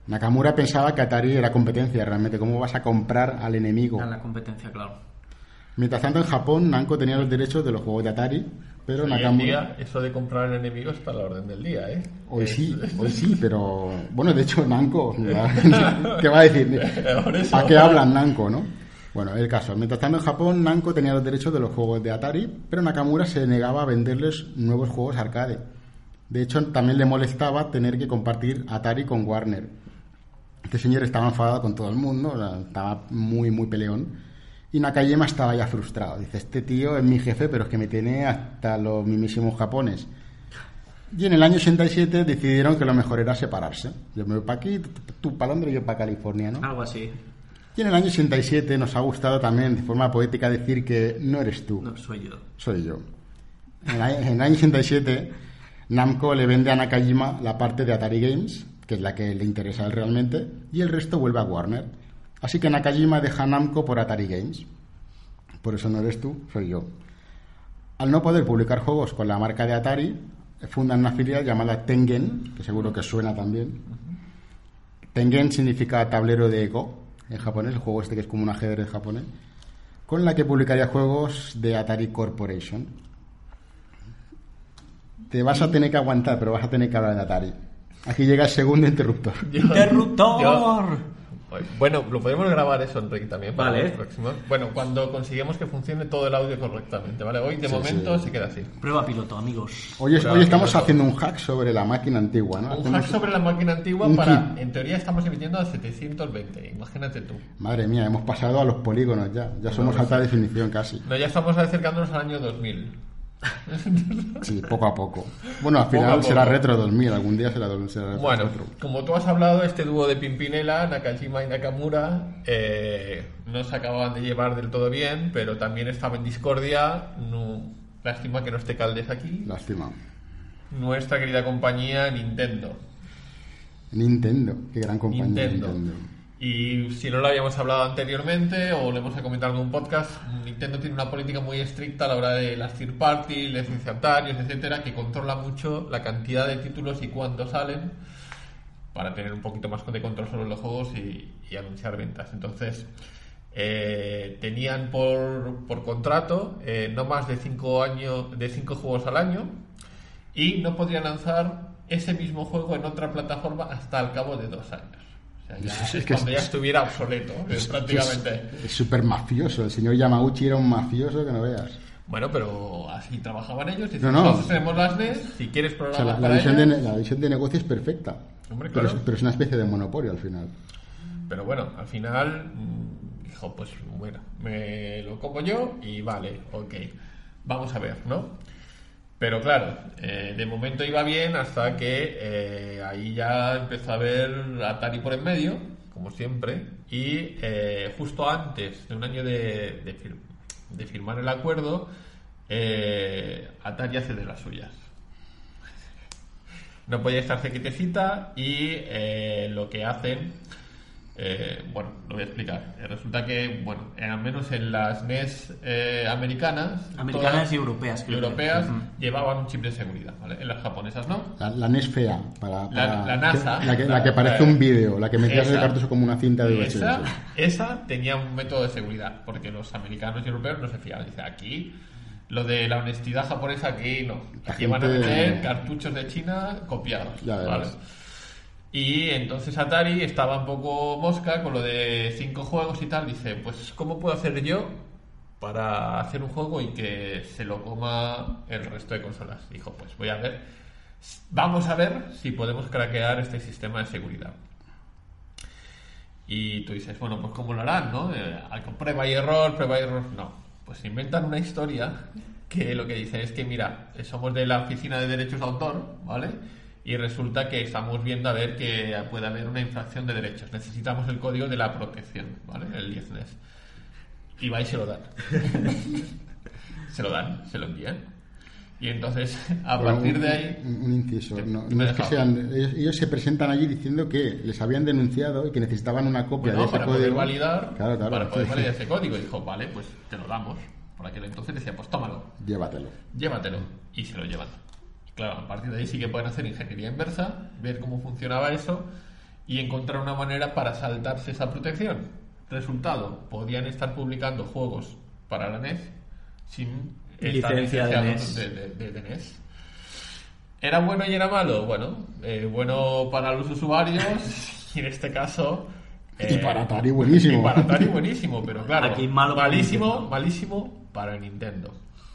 Nakamura pensaba que Atari era competencia realmente. ¿Cómo vas a comprar al enemigo? A la competencia, claro. Mientras tanto, en Japón, Namco tenía los derechos de los juegos de Atari, pero Hoy en Nakamura... día, eso de comprar enemigos está a la orden del día, ¿eh? Hoy Es- sí, hoy sí, pero... Bueno, de hecho, Namco... ¿Qué va a decir? Por eso. ¿Para qué hablan Namco, no? Bueno, el caso. Mientras tanto, en Japón, Namco tenía los derechos de los juegos de Atari, pero Nakamura se negaba a venderles nuevos juegos arcade. De hecho, también le molestaba tener que compartir Atari con Warner. Este señor estaba enfadado con todo el mundo, o sea, estaba muy, muy peleón. Y Nakajima estaba ya frustrado. Dice, este tío es mi jefe, pero es que me tiene hasta los mismísimos japones. Y en el año ochenta y siete decidieron que lo mejor era separarse. Yo me voy para aquí, tú para Londres y yo para California, ¿no? Algo así. Y en el año ochenta y siete nos ha gustado también, de forma poética, decir que no eres tú, No, soy yo. soy yo. En el, en el año ochenta y siete, Namco le vende a Nakajima la parte de Atari Games, que es la que le interesa a él realmente, y el resto vuelve a Warner. Así que Nakajima deja a Namco por Atari Games. Por eso no eres tú, soy yo. Al no poder publicar juegos con la marca de Atari, fundan una filial llamada Tengen, que seguro que suena también. Tengen significa tablero de Go en japonés, el juego este que es como un ajedrez japonés, con la que publicaría juegos de Atari Corporation. Te vas a tener que aguantar, pero vas a tener que hablar de Atari. Aquí llega el segundo interruptor. Yo- ¡Interruptor! yo- Bueno, lo podemos grabar eso, Enrique, también para Vale. los próximos. Bueno, cuando consigamos que funcione todo el audio correctamente, ¿vale? Hoy, de Sí, momento, sí. se queda así. Prueba piloto, amigos. Hoy, es- Pero hoy estamos piloto. haciendo un hack sobre la máquina antigua, ¿no? Un Hacemos- hack sobre la máquina antigua un para... kit. En teoría estamos emitiendo a setecientos veinte, imagínate tú. Madre mía, hemos pasado a los polígonos ya. Ya somos No, alta definición casi. No, ya estamos acercándonos al año dos mil. Sí, poco a poco. Bueno, al Poco final a poco. será retro dos mil. Algún día será, será Bueno, retro. como tú has hablado, este dúo de Pimpinela, Nakajima y Nakamura, eh, no se acababan de llevar del todo bien, pero también estaba en discordia. No, lástima que no esté Caldes aquí. Lástima. Nuestra querida compañía Nintendo. Nintendo, qué gran compañía Nintendo. Nintendo. Y si no lo habíamos hablado anteriormente o lo hemos comentado en algún podcast, Nintendo tiene una política muy estricta a la hora de las third party, licenciatarios, etcétera, que controla mucho la cantidad de títulos y cuándo salen para tener un poquito más de control sobre los juegos y, y anunciar ventas. Entonces, eh, tenían por, por contrato eh, no más de cinco años, de cinco juegos al año y no podrían lanzar ese mismo juego en otra plataforma hasta al cabo de dos años. O sea, ya Es- es es que cuando es- ya estuviera obsoleto, es prácticamente. Es súper mafioso. El señor Yamauchi era un mafioso que no veas. Bueno, pero así trabajaban ellos. No, no. Nosotros tenemos las N E S, si quieres O programar sea, la, la para visión de, ellas. la visión de negocio es perfecta. Hombre, pero, claro. es, pero es una especie de monopolio al final. Pero bueno, al final mm, dijo, pues bueno, me lo como yo y vale, ok, vamos a ver, ¿no? Pero claro, eh, de momento iba bien hasta que eh, ahí ya empezó a haber Atari por en medio, como siempre, y eh, justo antes de un año de, de, fir- de firmar el acuerdo, eh, Atari hace de las suyas. No podía estarse quietecita y eh, lo que hacen, eh, bueno, lo voy a explicar. Eh, resulta que, bueno, eh, al menos en las N E S eh, americanas, Americanas todas- y europeas, creo que. europeas Ujú. llevaban un chip de seguridad, ¿vale? En las japonesas no. La, la N E S fea. Para, La- para- la NASA. que- la, que, la que La- parece la- un vídeo. La que metías el Esa. cartucho como una cinta de V H S. Esa, esa tenía un método de seguridad, porque los americanos y europeos no se fiaban. Dice, aquí, lo de la honestidad japonesa, aquí no. La Aquí van a gente- meter cartuchos de China copiados. Ya verás. ¿vale? Y entonces Atari estaba un poco mosca con lo de cinco juegos y tal. Dice, pues, ¿cómo puedo hacer yo para hacer un juego y que se lo coma el resto de consolas? Dijo, pues voy a ver, vamos a ver si podemos craquear este sistema de seguridad. Y tú dices, bueno, pues ¿cómo lo harán, no? Eh, prueba y error, prueba y error. No, pues inventan una historia que lo que dice es que, mira, somos de la Oficina de Derechos de Autor, ¿vale? Y resulta que estamos viendo a ver que puede haber una infracción de derechos. Necesitamos el código de la protección, ¿vale? El diez N E S. Y va y se lo dan. se lo dan, se lo envían. Y entonces, a Bueno, partir un- de ahí... Un, un inciso. No, me no he es que dejado. sean. Ellos, ellos se presentan allí diciendo que les habían denunciado y que necesitaban una copia Bueno, de ese para código. poder validar, Claro, claro. para poder sí, validar sí. ese código. Dijo, vale, pues te lo damos. Por aquel entonces decía, pues tómalo, Llévatelo. llévatelo. Y se lo llevan. Claro, a partir de ahí sí que pueden hacer ingeniería inversa, ver cómo funcionaba eso y encontrar una manera para saltarse esa protección. Resultado, podían estar publicando juegos para la N E S sin estar licencia de, licenciados de, de, de, de N E S. ¿Era bueno y era malo? Bueno, eh, bueno para los usuarios y en este caso... Eh, y para Atari Y buenísimo. para Atari buenísimo, pero claro, Aquí malo malísimo, malísimo para Nintendo.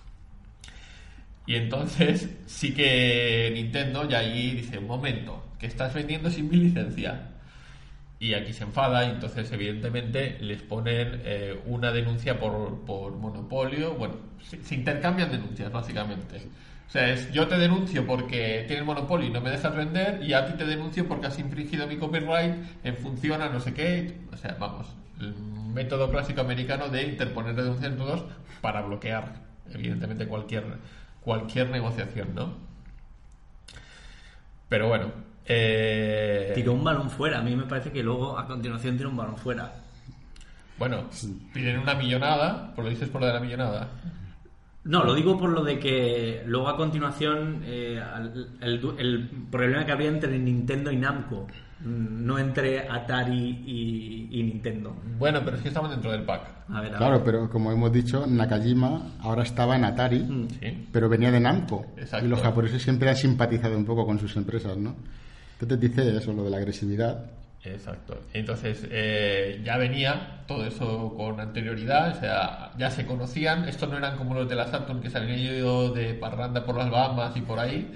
Y entonces sí que Nintendo ya allí dice, un momento, que estás vendiendo sin mi licencia. Y aquí se enfada y entonces evidentemente les ponen eh, una denuncia por, por monopolio. Bueno, se, se intercambian denuncias básicamente. O sea, es yo te denuncio porque tienes monopolio y no me dejas vender, y a ti te denuncio porque has infringido mi copyright en función a no sé qué. O sea, vamos, el método clásico americano de interponer denuncias entre dos para bloquear evidentemente cualquier cualquier negociación, ¿no? Pero bueno, eh... tiró un balón fuera. A mí me parece que luego a continuación tiró un balón fuera. Bueno, piden una millonada. ¿Por lo dices por lo de la millonada? No, lo digo por lo de que luego a continuación eh, el, el, el problema que había entre Nintendo y Namco, no entre Atari y, y Nintendo. Bueno, pero es que estaban dentro del pack. A ver, a Claro, ver. pero como hemos dicho, Nakajima ahora estaba en Atari, Mm. Sí. pero venía de Namco. Exacto. Y los japoneses siempre han simpatizado un poco con sus empresas, ¿no? Entonces dice eso, lo de la agresividad. Exacto. Entonces eh, ya venía todo eso con anterioridad, o sea, ya se conocían. Estos no eran como los de la Saturn que se habían ido de parranda por las Bahamas y por ahí.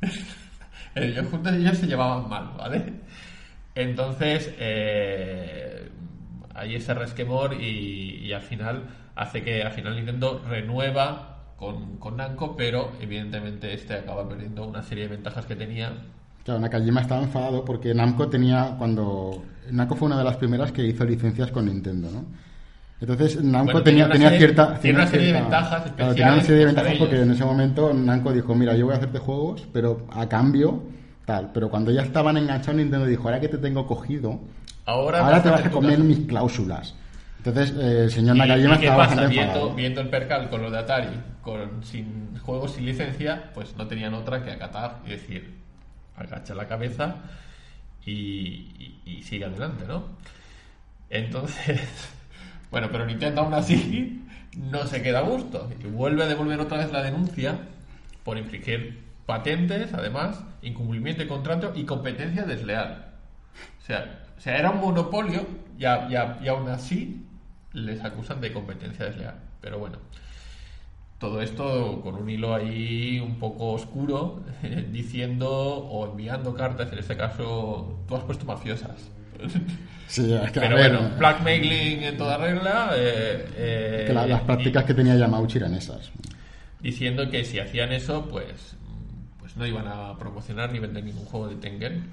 Ellos juntos ellos se llevaban mal, ¿vale? Entonces eh, hay ese resquemor y, y al final hace que al final Nintendo renueva con, con Namco, pero evidentemente este acaba perdiendo una serie de ventajas que tenía. Claro, Nakajima estaba enfadado porque Namco tenía, cuando... Namco fue una de las primeras que hizo licencias con Nintendo, ¿no? Entonces Namco Bueno, tenía, tiene una tenía serie- cierta... tiene una serie de cierta- ventajas Claro, tenía una serie de especiales ventajas para porque ellos. en ese momento Namco dijo, mira, yo voy a hacerte juegos, pero a cambio, tal. Pero cuando ya estaban enganchados, Nintendo dijo, ahora que te tengo cogido, Ahora, ahora te vas hacer a tu comer caso. mis cláusulas. Entonces eh, el señor ¿Y, Nakajima y qué estaba pasa? bastante Viendo, enfadado. viendo el percal con lo de Atari, con sin juegos sin licencia, pues no tenían otra que acatar y decir, agacha la cabeza y, y, y sigue adelante, ¿no? Entonces, bueno, pero Nintendo aún así no se queda a gusto y vuelve a devolver otra vez la denuncia por infringir patentes, además, incumplimiento de contrato y competencia desleal. O sea, o sea era un monopolio y, a- y, a- y aún así les acusan de competencia desleal. Pero bueno, todo esto con un hilo ahí un poco oscuro, eh, diciendo o enviando cartas, en este caso tú has puesto mafiosas. Sí, es que, a Pero ver, bueno, blackmailing en toda regla, eh, eh, que la- las prácticas que tenía Yamauchi eran esas. diciendo que si hacían eso, pues, pues no iban a promocionar ni vender ningún juego de Tengen.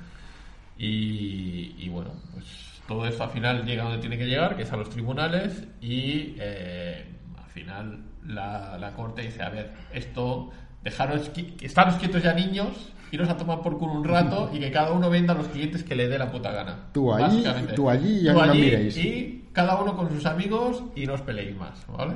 Y, y bueno, pues todo esto al final llega donde tiene que llegar, que es a los tribunales, y eh, al final la, la corte dice, a ver, esto, dejaros, qui- estaros quietos ya, niños, iros a tomar por culo un rato y que cada uno venda a los clientes que le dé la puta gana. Tú allí, Básicamente. tú allí y ya Tú no allí miréis. y cada uno con sus amigos y no os peleéis más, ¿vale?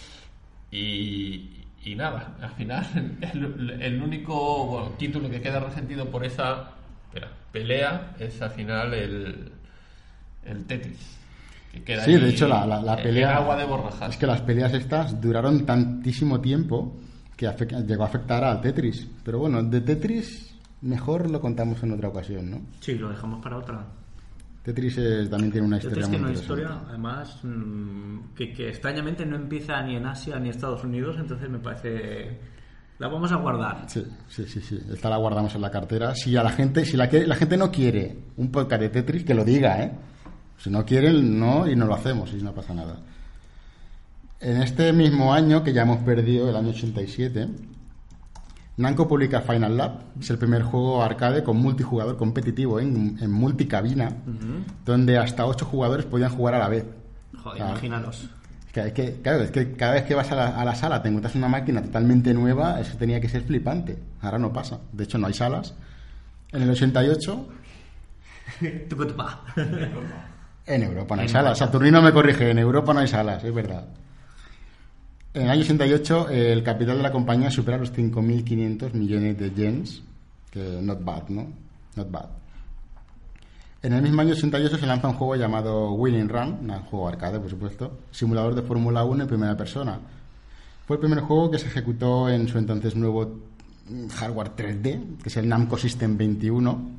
Y, y nada, al final el, el único bueno, título que queda resentido por esa espera, pelea es al final el, el Tetris. Que queda Sí, ahí de hecho la, la, la en pelea... agua de borrajas. Es que las peleas estas duraron tantísimo tiempo que afe- llegó a afectar al Tetris. Pero bueno, de Tetris mejor lo contamos en otra ocasión, ¿no? Sí, lo dejamos para otra. Tetris es- también tiene una historia Tetris muy tiene una interesante. historia, además, mmm, que, que extrañamente no empieza ni en Asia ni en Estados Unidos, entonces me parece... La vamos a guardar. Sí, sí, sí, sí. Esta la guardamos en la cartera. Si a la gente, si la, que- la gente no quiere un podcast de Tetris, que lo diga, ¿eh? Si no quieren, no, y no lo hacemos, y no pasa nada. En este mismo año, que ya hemos perdido, el año ochenta y siete, Namco publica Final Lap. Es el primer juego arcade con multijugador competitivo en, en multicabina, donde hasta ocho jugadores podían jugar a la vez. Joder, Claro. imaginaros. Es que, es que, claro, es que cada vez que vas a la, a la sala te encuentras una máquina totalmente nueva, eso tenía que ser flipante. Ahora no pasa. De hecho, no hay salas. En el ochenta y ocho, Tucutpa. en Europa no hay salas. Saturnino me corrige, en Europa no hay salas, es verdad. En el año ochenta y ocho, el capital de la compañía supera los cinco mil quinientos millones de yens, que not bad, ¿no? Not bad. En el mismo año ochenta y ocho se lanza un juego llamado Winning Run, un juego arcade, por supuesto, simulador de Fórmula uno en primera persona. Fue el primer juego que se ejecutó en su entonces nuevo hardware tres D, que es el Namco System veintiuno,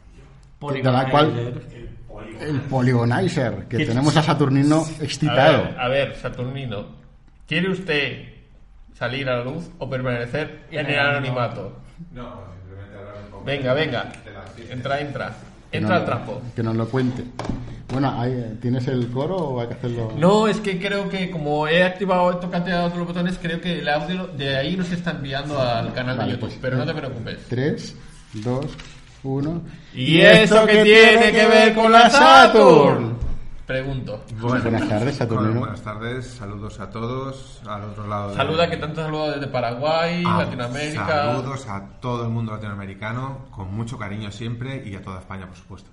de la cual el Polygonizer, que tenemos a Saturnino excitado. A ver, a ver, Saturnino, ¿quiere usted salir a la luz o permanecer en el anonimato? No, simplemente hablar un poco. Venga, venga, entra, entra, entra al trapo. Que nos lo cuente. Bueno, ahí, ¿tienes el coro o hay que hacerlo? No, es que creo que como he activado esto que han tirado todos los botones, creo que el audio de ahí nos está enviando al canal Vale, de YouTube, pues, pero no te preocupes. tres, dos, uno... ¿Y eso qué tiene que ver con la Saturn? Pregunto. Bueno, buenas tardes, Saturnino. Bueno, buenas tardes, saludos a todos al otro lado. De... Saluda, que tanto saludo desde Paraguay, Ah, Latinoamérica. Saludos a todo el mundo latinoamericano, con mucho cariño siempre, y a toda España, por supuesto.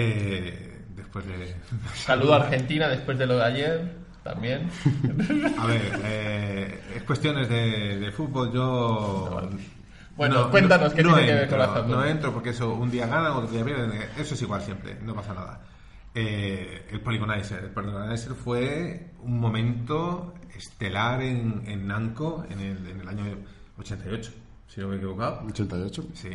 Eh, después de... Saludo a Argentina después de lo de ayer, también. A ver, eh, es cuestiones de, de fútbol, yo... Bueno, cuéntanos qué tiene que ver con la Saturn. No entro porque eso un día gana, otro día pierde, eso es igual siempre, no pasa nada. Eh, el Polygonizer. El Polygonizer fue un momento estelar en, en Namco en el, en el año ochenta y ocho, si no me he equivocado. ochenta y ocho. Sí.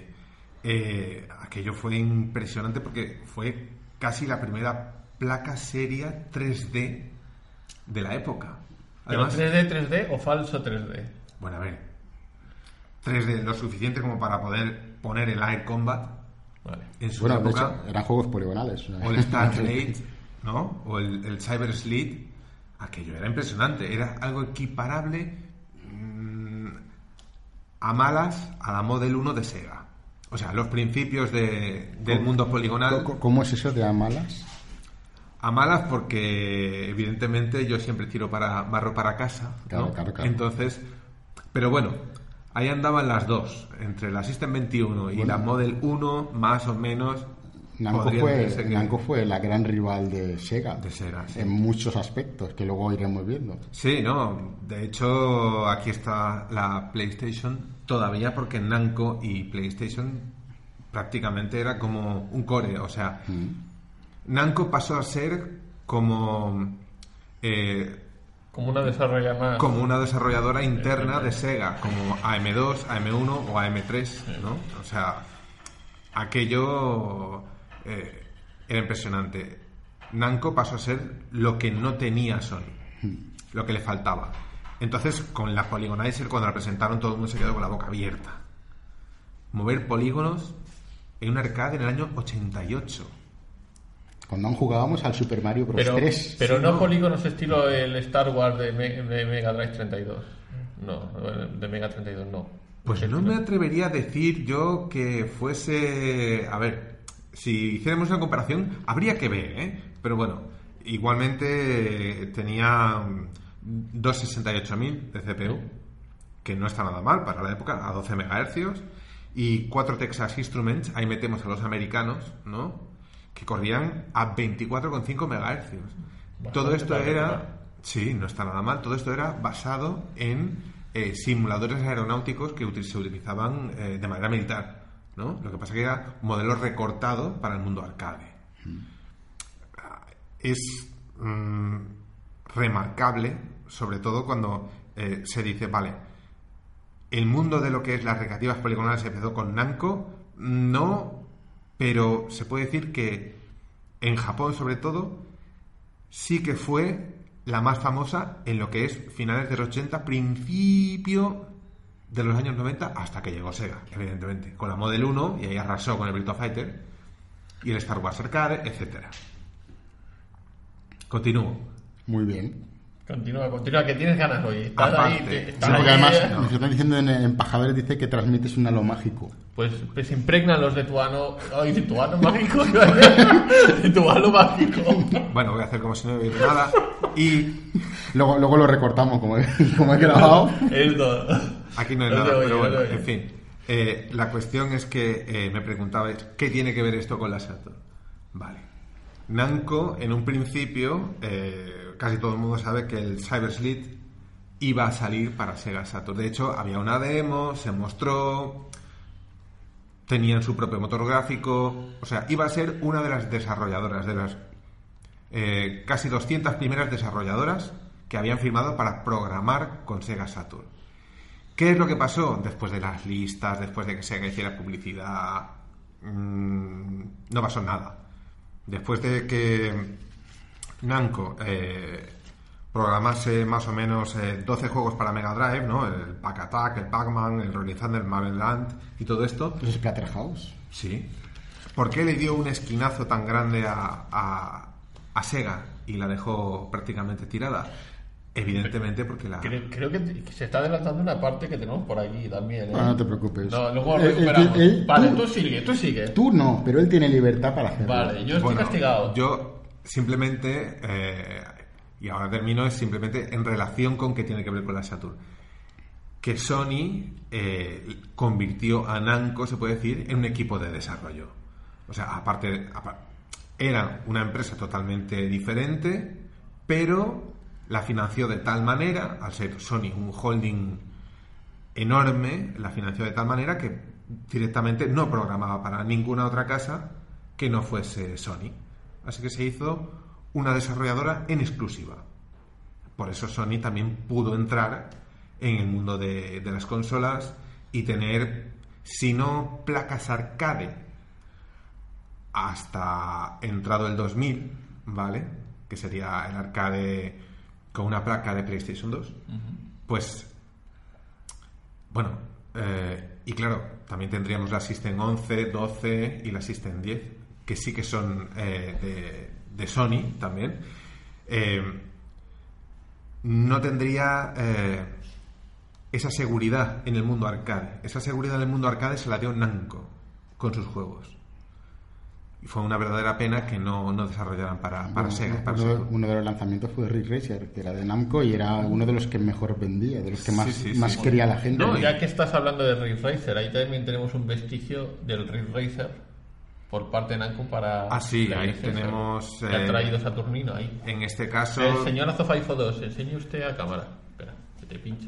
Eh, aquello fue impresionante porque fue casi la primera placa seria tres D de la época. Además, ¿pero tres D, tres D o falso tres D? Bueno, a ver, tres D lo suficiente como para poder poner el Air Combat. Vale. En su Bueno, época, de hecho, eran juegos poligonales. o el Star Blade, ¿no? O el, el Cyber Sled. Aquello era impresionante. Era algo equiparable mmm, a malas a la Model uno de Sega. O sea, los principios de, del mundo poligonal. ¿Cómo es eso de a malas? A malas porque, evidentemente, yo siempre tiro para barro para casa, ¿no? Claro, claro, claro. Entonces, pero bueno, ahí andaban las dos, entre la System veintiuno y bueno, la Model uno, más o menos. Namco fue, que... Namco fue la gran rival de Sega, de Sega sí. En muchos aspectos, que luego iremos viendo. Sí, no, de hecho aquí está la PlayStation todavía, porque Namco y PlayStation prácticamente era como un core, o sea, mm. Namco pasó a ser como... Eh, Como una desarrolladora como una desarrolladora interna de Sega, como A M dos, A M uno o A M tres, ¿no? O sea, aquello eh, era impresionante. Namco pasó a ser lo que no tenía Sony, lo que le faltaba. Entonces, con la Polygonizer, cuando la presentaron, todo el mundo se quedó con la boca abierta. Mover polígonos en un arcade en el año ochenta y ocho. Cuando aún jugábamos al Super Mario Bros. Pero, tres. pero sí, no, no polígonos estilo el Star Wars de, Me, de Mega Drive treinta y dos. No, de Mega treinta y dos no. Pues no me atrevería a decir yo que fuese... A ver, si hiciéramos una comparación, habría que ver, ¿eh? Pero bueno, igualmente tenía doscientos sesenta y ocho mil de C P U, que no está nada mal para la época, a doce megahercios, y cuatro Texas Instruments, ahí metemos a los americanos, ¿no?, que corrían a veinticuatro coma cinco megahercios. Bastante. Todo esto era... Sí, no está nada mal. Todo esto era basado en eh, simuladores aeronáuticos que util- se utilizaban eh, de manera militar, ¿no? Lo que pasa que era modelos recortados para el mundo arcade. Mm. Es mm, remarcable, sobre todo cuando eh, se dice, vale, el mundo de lo que es las recreativas poligonales empezó con Namco, no... Pero se puede decir que en Japón, sobre todo, sí que fue la más famosa en lo que es finales de los ochenta, principio de los años noventa, hasta que llegó Sega, evidentemente, con la Model uno, y ahí arrasó con el Virtua Fighter, y el Star Wars Arcade, etcétera. Continúo. Muy bien. Continúa, continúa, que tienes ganas hoy. Estás Aparte, ahí, te, Sí, estás porque ahí, además eh. nos están diciendo en, en Pajaver, dice que transmites un halo mágico. Pues, pues impregnan los de tu ano. Ay, de tu ano mágico. De tu halo mágico. Bueno, voy a hacer como si no hubiera nada. Y Luego, luego lo recortamos, como he, como he grabado. Es todo. aquí no hay No nada, te oye, pero no bueno, te oye. en fin. Eh, la cuestión es que eh, me preguntabais, ¿qué tiene que ver esto con la Saturn? Vale. Namco, en un principio, eh, casi todo el mundo sabe que el Cyber Sled iba a salir para Sega Saturn. De hecho, había una demo, se mostró, tenían su propio motor gráfico, o sea, iba a ser una de las desarrolladoras, de las eh, casi doscientas primeras desarrolladoras que habían firmado para programar con Sega Saturn. ¿Qué es lo que pasó? Después de las listas, después de que Sega hiciera publicidad, mmm, no pasó nada. Después de que Namco eh, programase más o menos eh, doce juegos para Mega Drive, ¿no? El Pac Attack, el Pac-Man, el Rolling Thunder, el Marvel Land y todo esto. ¿Es Splatterhouse? Sí. ¿Por qué le dio un esquinazo tan grande a, a, a Sega y la dejó prácticamente tirada? Evidentemente porque la... Creo, creo que se está adelantando una parte que tenemos por aquí también, ¿eh? Ah, no te preocupes. No, luego Él- él- recuperamos. él- Vale, tú- tú sigue, tú sigue. Tú no, pero él tiene libertad para hacerlo. Vale, yo estoy Bueno, castigado. Yo simplemente, eh, y ahora termino, es simplemente en relación con que tiene que ver con la Saturn. Que Sony eh, convirtió a Namco, se puede decir, en un equipo de desarrollo. O sea, aparte, aparte era una empresa totalmente diferente, pero la financió de tal manera, al ser Sony un holding enorme, la financió de tal manera que directamente no programaba para ninguna otra casa que no fuese Sony. Así que se hizo una desarrolladora en exclusiva. Por eso Sony también pudo entrar en el mundo de, de las consolas y tener, si no placas arcade, hasta entrado el dos mil, ¿vale? Que sería el arcade con una placa de PlayStation dos. Uh-huh. Pues, bueno, eh, y claro, también tendríamos la System once, doce y la System diez, que sí que son eh, de, de Sony también. Eh, no tendría eh, esa seguridad en el mundo arcade. Esa seguridad en el mundo arcade se la dio Namco con sus juegos. Y fue una verdadera pena que no, no desarrollaran para, para Bueno, Sega. Para uno, Saturn. uno de los lanzamientos fue Ridge Racer, que era de Namco y era uno de los que mejor vendía, de los que más, Sí, sí, más sí. quería la gente. No, ya que estás hablando de Ridge Racer, ahí también tenemos un vestigio del Ridge Racer por parte de Namco para... Ah, sí, la ahí N F S, tenemos, que ha eh, traído Saturnino ahí. En este caso... El señor Azofaifo dos, enseñe usted a cámara. Espera, que te pincha.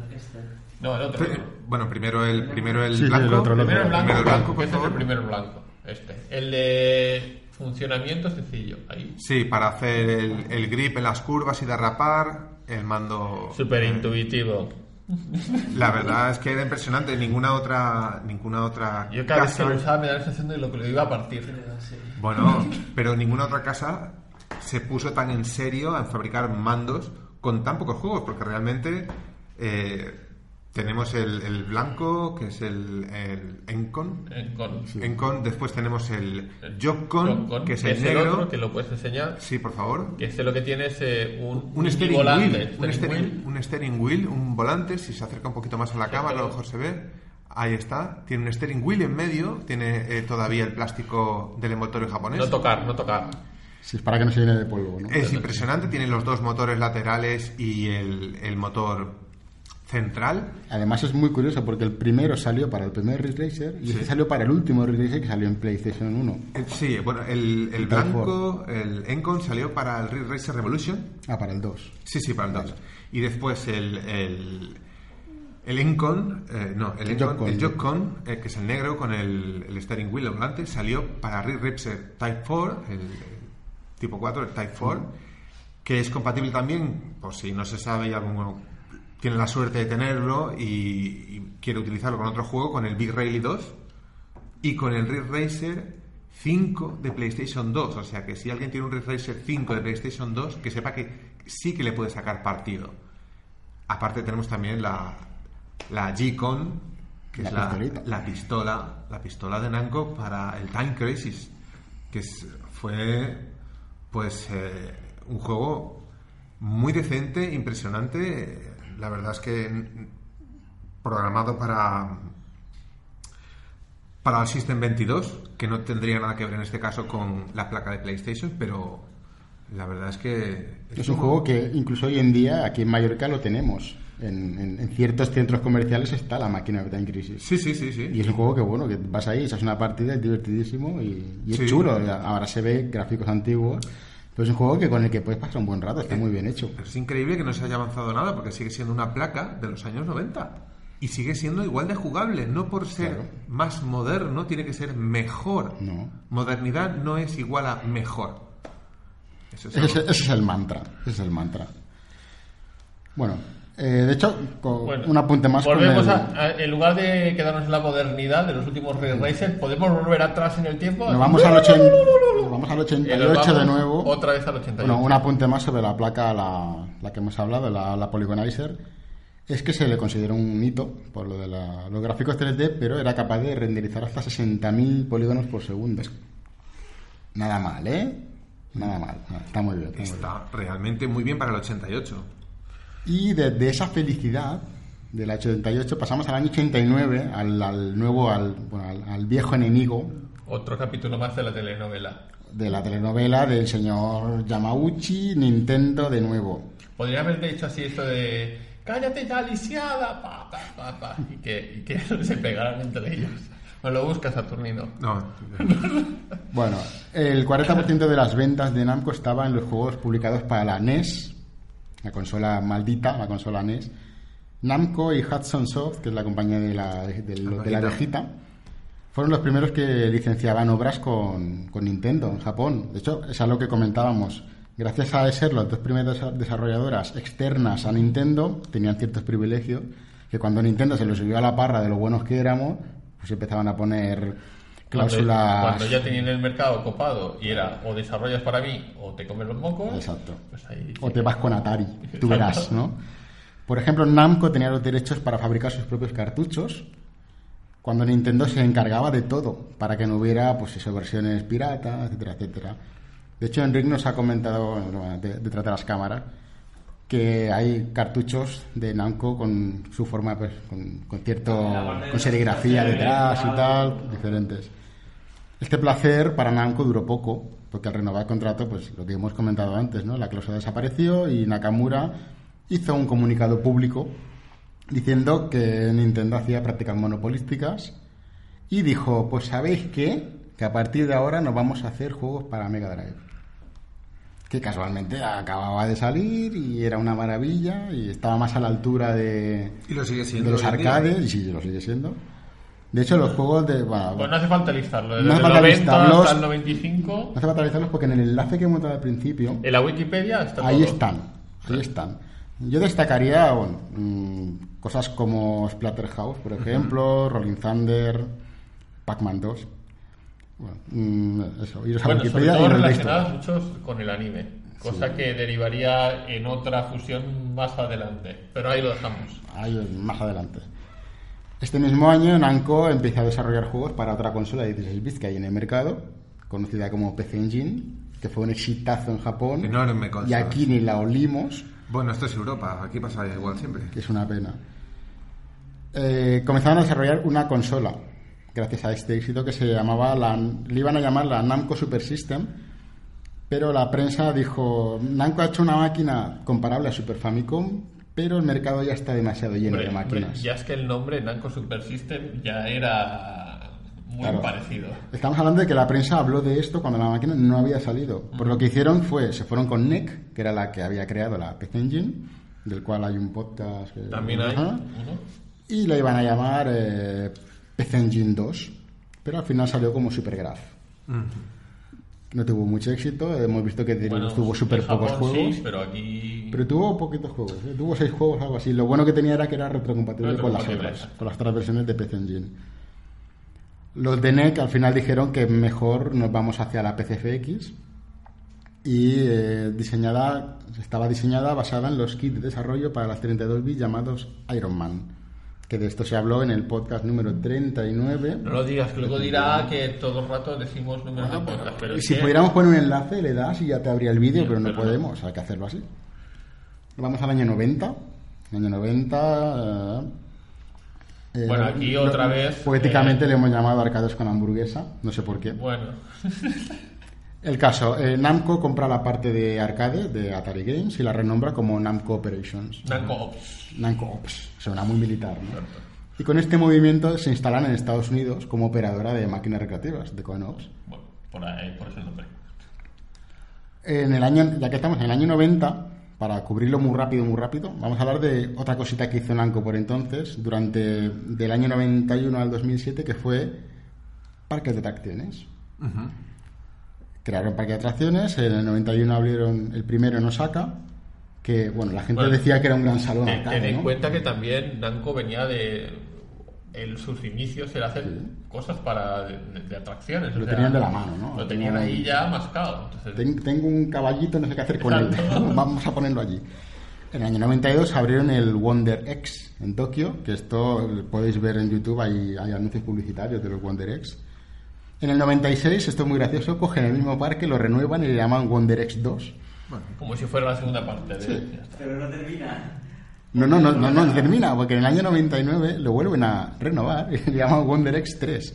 No, el otro. Pri- Bueno, primero el, primero el Sí, sí, blanco. el otro, el Primero el blanco, Primero el blanco, por este es el favor. primero blanco. Este. El de funcionamiento sencillo. Ahí. Sí, para hacer el, el grip en las curvas y derrapar, el mando... Súper intuitivo. La verdad es que era impresionante. Ninguna otra ninguna otra Yo cada vez que casa... lo usaba me da la sensación de lo que lo iba a partir. Bueno, pero ninguna otra casa se puso tan en serio en fabricar mandos con tan pocos juegos, porque realmente eh, tenemos el, el blanco, que es el, el Encon. Eh, con Encon, después tenemos el Joy-Con, Joy-Con, que es el el negro. otro, que lo puedes enseñar. Sí, por favor. Que este lo que tiene es eh, un, Un steering volante. wheel, un steering, un steering wheel, un volante, si se acerca un poquito más a la cámara, a lo mejor se ve. Ahí está. Tiene un steering wheel en medio, tiene eh, todavía el plástico del envoltorio japonés. No tocar, no tocar. Si es para que no se llene de polvo, ¿no? Es impresionante, tiene los dos motores laterales y el, el motor central. Además es muy curioso porque el primero salió para el primer Ridge Racer y Sí. este salió para el último Ridge Racer que salió en PlayStation uno. Eh, Sí, bueno, el, el blanco, el Encon salió para el Ridge Racer Revolution. Ah, para el dos. Sí, sí, para el dos. Y después el, el, el Encon, eh, no, el El Encon, Joy-Con. el Joy-Con, eh, que es el negro con el, el steering wheel volante, salió para Ridge Racer Type cuatro, el, el tipo cuatro, el Type cuatro, que es compatible también, por si no se sabe y alguno tiene la suerte de tenerlo y, y quiere utilizarlo con otro juego, con el Big Rally dos y con el Ridge Racer cinco de PlayStation dos. O sea que si alguien tiene un Ridge Racer cinco de PlayStation dos, que sepa que sí que le puede sacar partido. Aparte tenemos también la, la G-Con, que La es la, pistolita. la pistola, la pistola de Namco para el Time Crisis, que es- fue pues eh, un juego muy decente, impresionante. La verdad es que mm, programado para para el System veintidós, que no tendría nada que ver en este caso con la placa de PlayStation, pero la verdad es que Es un juego que incluso hoy en día aquí en Mallorca lo tenemos. En, en- en ciertos centros comerciales está la máquina de Time Crisis. sí, sí, sí, sí. Y es un juego que, bueno, que vas ahí, echas una partida, es divertidísimo y, y es Sí. chulo. Ahora se ve gráficos antiguos, pero es un juego que con el que puedes pasar un buen rato, está muy bien hecho. Es increíble que no se haya avanzado nada porque sigue siendo una placa de los años noventa. y sigue siendo igual de jugable. No por ser Claro. más moderno, tiene que ser mejor. No. Modernidad no es igual a mejor. Eso es Ese, es- algo- ese es el mantra. Ese es el mantra. Bueno, eh, de hecho, con Bueno, un apunte más con volvemos el- a, a- en lugar de quedarnos en la modernidad de los últimos Ray Racers, podemos volver atrás en el tiempo. Nos vamos al, ochen- nos vamos al Y ochenta y nos ocho de vamos nuevo. Otra vez al ochenta y ocho. Bueno, un apunte más sobre la placa, la, la que hemos hablado, la, la Polygonizer, es que se le consideró un hito por lo de la- los gráficos tres D, pero era capaz de renderizar hasta sesenta mil polígonos por segundo. Nada mal, ¿eh? Nada mal. Está muy bien. Está muy bien. Está realmente muy bien para el ochenta y ocho. Y de, de esa felicidad del ochenta y ocho pasamos al año ochenta y nueve, al, al nuevo, al, bueno, al, al viejo enemigo Otro capítulo más de la telenovela. de la telenovela del señor Yamauchi, Nintendo de nuevo. Podría haber dicho así esto de cállate ya, lisiada, pa, pa, pa, pa, y que, y que se pegaran entre ellos. No lo buscas, Saturnino. No, Bueno, el cuarenta por ciento de las ventas de Namco estaba en los juegos publicados para la N E S, la consola maldita, la consola N E S. Namco y Hudson Soft, que es la compañía de la, de, de la abejita. abejita, fueron los primeros que licenciaban obras con, con Nintendo en Japón. De hecho, es algo que comentábamos. Gracias a ser las dos primeras desarrolladoras externas a Nintendo, tenían ciertos privilegios que cuando Nintendo se los subió a la parra de lo buenos que éramos, pues empezaban a poner cláusulas. Cuando, cuando ya tenían el mercado copado y era o desarrollas para mí o te comes los mocos. Exacto. Pues ahí O sí. te vas con Atari, tú verás, ¿no? Por ejemplo, Namco tenía los derechos para fabricar sus propios cartuchos, cuando Nintendo se encargaba de todo, para que no hubiera, pues eso, versiones piratas, etcétera, etcétera. De hecho, Enric nos ha comentado, bueno, de- detrás de las cámaras, que hay cartuchos de Namco con su forma, pues, con, con cierto, con serigrafía detrás y tal, diferentes. Este placer para Namco duró poco, porque al renovar el contrato, pues lo que hemos comentado antes, ¿no? La cláusula desapareció y Nakamura hizo un comunicado público diciendo que Nintendo hacía prácticas monopolísticas y dijo, pues ¿sabéis qué? Que a partir de ahora nos vamos a hacer juegos para Mega Drive. Que casualmente acababa de salir y era una maravilla y estaba más a la altura de, y lo sigue de siendo. los hoy en día. arcades, y sí, lo sigue siendo. De hecho, los juegos de... Bueno, Pues no hace falta listarlo. Desde No hace el falta noventa listarlos. hasta el noventa y cinco. no hace falta realizarlos porque en el enlace que hemos dado al principio, En la Wikipedia está ahí todo. están, ahí están. Yo destacaría, bueno, mm, cosas como Splatterhouse, por ejemplo, Rolling Thunder, Pac-Man dos. Bueno, mm, eso, iros a Bueno, sobre Wikipedia y todo os veis relacionadas todo. muchos con el anime. Cosa que derivaría en otra fusión más adelante. Pero ahí lo dejamos. Ahí, más adelante. Este mismo año, Namco empieza a desarrollar juegos para otra consola de dieciséis bits que hay en el mercado, conocida como P C Engine, que fue un exitazo en Japón. Enorme Y consola. aquí ni la olimos, Bueno, esto es Europa, aquí pasa igual siempre. que es una pena. Eh, comenzaron a desarrollar una consola, gracias a este éxito, que se llamaba, la, le iban a llamar la Namco Super System, pero la prensa dijo, Namco ha hecho una máquina comparable a Super Famicom, pero el mercado ya está demasiado lleno Hombre, de hombre, máquinas. ya es que el nombre Namco Super System ya era muy Claro. parecido. Estamos hablando de que la prensa habló de esto cuando la máquina no había salido. Por lo que hicieron fue, se fueron con N E C, que era la que había creado la P C Engine, del cual hay un podcast. que- También hay Ajá. uno. Y la iban a llamar eh, P C Engine dos, pero al final salió como Supergraph. No tuvo mucho éxito, hemos visto que Bueno, tuvo súper en pocos Japón juegos. Sí, pero aquí. Pero tuvo poquitos juegos, ¿eh? Tuvo seis juegos, algo así. Lo bueno que tenía era que era retrocompatible con las Retrocompatible. otras, con las otras versiones de P C Engine. Los de N E C al final dijeron que mejor nos vamos hacia la P C F X y eh, diseñada, estaba diseñada basada en los kits de desarrollo para las treinta y dos bits llamados Iron Man, que de esto se habló en el podcast número treinta y nueve. No lo digas, que luego dirá que todo el rato decimos números de podcast. Pero Y es si que- pudiéramos poner un enlace, le das y ya te abría el vídeo, Ya, pero no pero no. podemos, hay que hacerlo así. Vamos al año noventa. Año noventa. eh, Bueno, eh, aquí lo- otra vez, Poéticamente eh, le hemos llamado arcades con hamburguesa, no sé por qué. Bueno, El caso, eh, Namco compra la parte de arcade de Atari Games y la renombra como Namco Operations. Namco Ops. Namco Ops, suena muy militar, ¿no? Y con este movimiento se instalan en Estados Unidos como operadora de máquinas recreativas, de Cohen Ops. Bueno, por ahí, por ese nombre. En el año, ya que estamos en el año noventa, para cubrirlo muy rápido, muy rápido, vamos a hablar de otra cosita que hizo Namco por entonces, durante del año noventa y uno al dos mil siete, que fue parques de atracciones. Uh-huh. Crearon parques de atracciones, en el noventa y uno abrieron el primero en Osaka, que, bueno, la gente Bueno, decía que era un gran salón Ten, arcade, ten en ¿no? cuenta que también Namco venía de... En sus inicios era hacer Sí. cosas para de, de atracciones. Lo o sea, tenían de la mano, ¿no? Lo tenían Tenían- ahí ya mascado. Entonces, Ten- tengo un caballito, no sé qué hacer con él. Exacto. Vamos a ponerlo allí. En el año noventa y dos abrieron el Wonder X en Tokio, que esto lo podéis ver en YouTube, hay, hay anuncios publicitarios de los Wonder X. En el noventa y seis, esto es muy gracioso, cogen el mismo parque, lo renuevan y le llaman Wonder X dos. como si fuera la segunda parte de... Sí. ya está. Pero no termina. No, no, no, no, no termina, porque en el año noventa y nueve lo vuelven a renovar y le llaman Wonder X tres.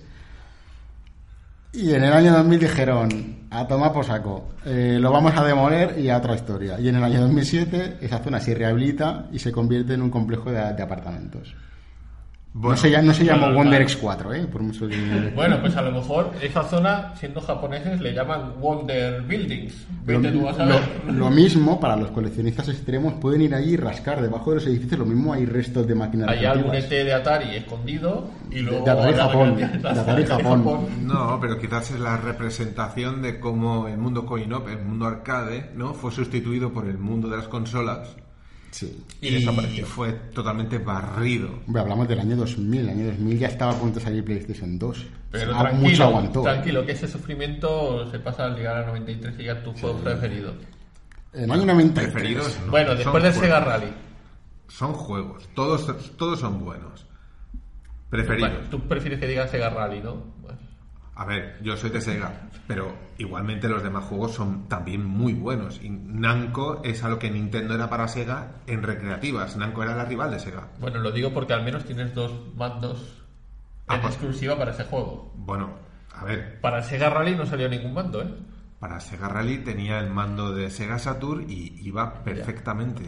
Y en el año dos mil dijeron, a tomar por saco, eh, lo vamos a demoler y a otra historia. Y en el año dos mil siete esa zona se rehabilita y se convierte en un complejo de, de apartamentos. Bueno, no se, llama- no se llama claro, Wonder claro. X cuatro, ¿eh? Por mucho que... Bueno, pues a lo mejor esa zona, siendo japoneses, le llaman Wonder Buildings. Lo, Vete tú a lo- saber. lo mismo para los coleccionistas extremos, pueden ir allí y rascar debajo de los edificios, lo mismo hay restos de máquinas Hay algún E recreativas. T de Atari escondido y luego... de Atari la- Japón, la- de Atari Japón. No, pero quizás es la representación de cómo el mundo coin-op, el mundo arcade, ¿no? Fue sustituido por el mundo de las consolas Sí. Y desapareció. fue totalmente barrido. Hombre, hablamos del año dos mil. El año dos mil ya estaba a punto de salir PlayStation dos. Pero Ah, tranquilo, mucho aguantó. tranquilo, que ese sufrimiento se pasa al llegar a noventa y tres y ya tu juego preferido. En el año noventa y tres. Preferidos, no, Bueno, son después del juegos. Sega Rally. Son juegos, todos, todos son buenos. Preferidos. Bueno, tú prefieres que diga Sega Rally, ¿no? Pues, A ver, yo soy de Sega, pero igualmente los demás juegos son también muy buenos. Y Namco es a lo que Nintendo era para Sega en recreativas. Namco era la rival de Sega. bueno, lo digo porque al menos tienes dos mandos Ah, en pues- exclusiva para ese juego. Bueno, a ver, Para Sega Rally no salió ningún mando, ¿eh? para Sega Rally tenía el mando de Sega Saturn y iba perfectamente.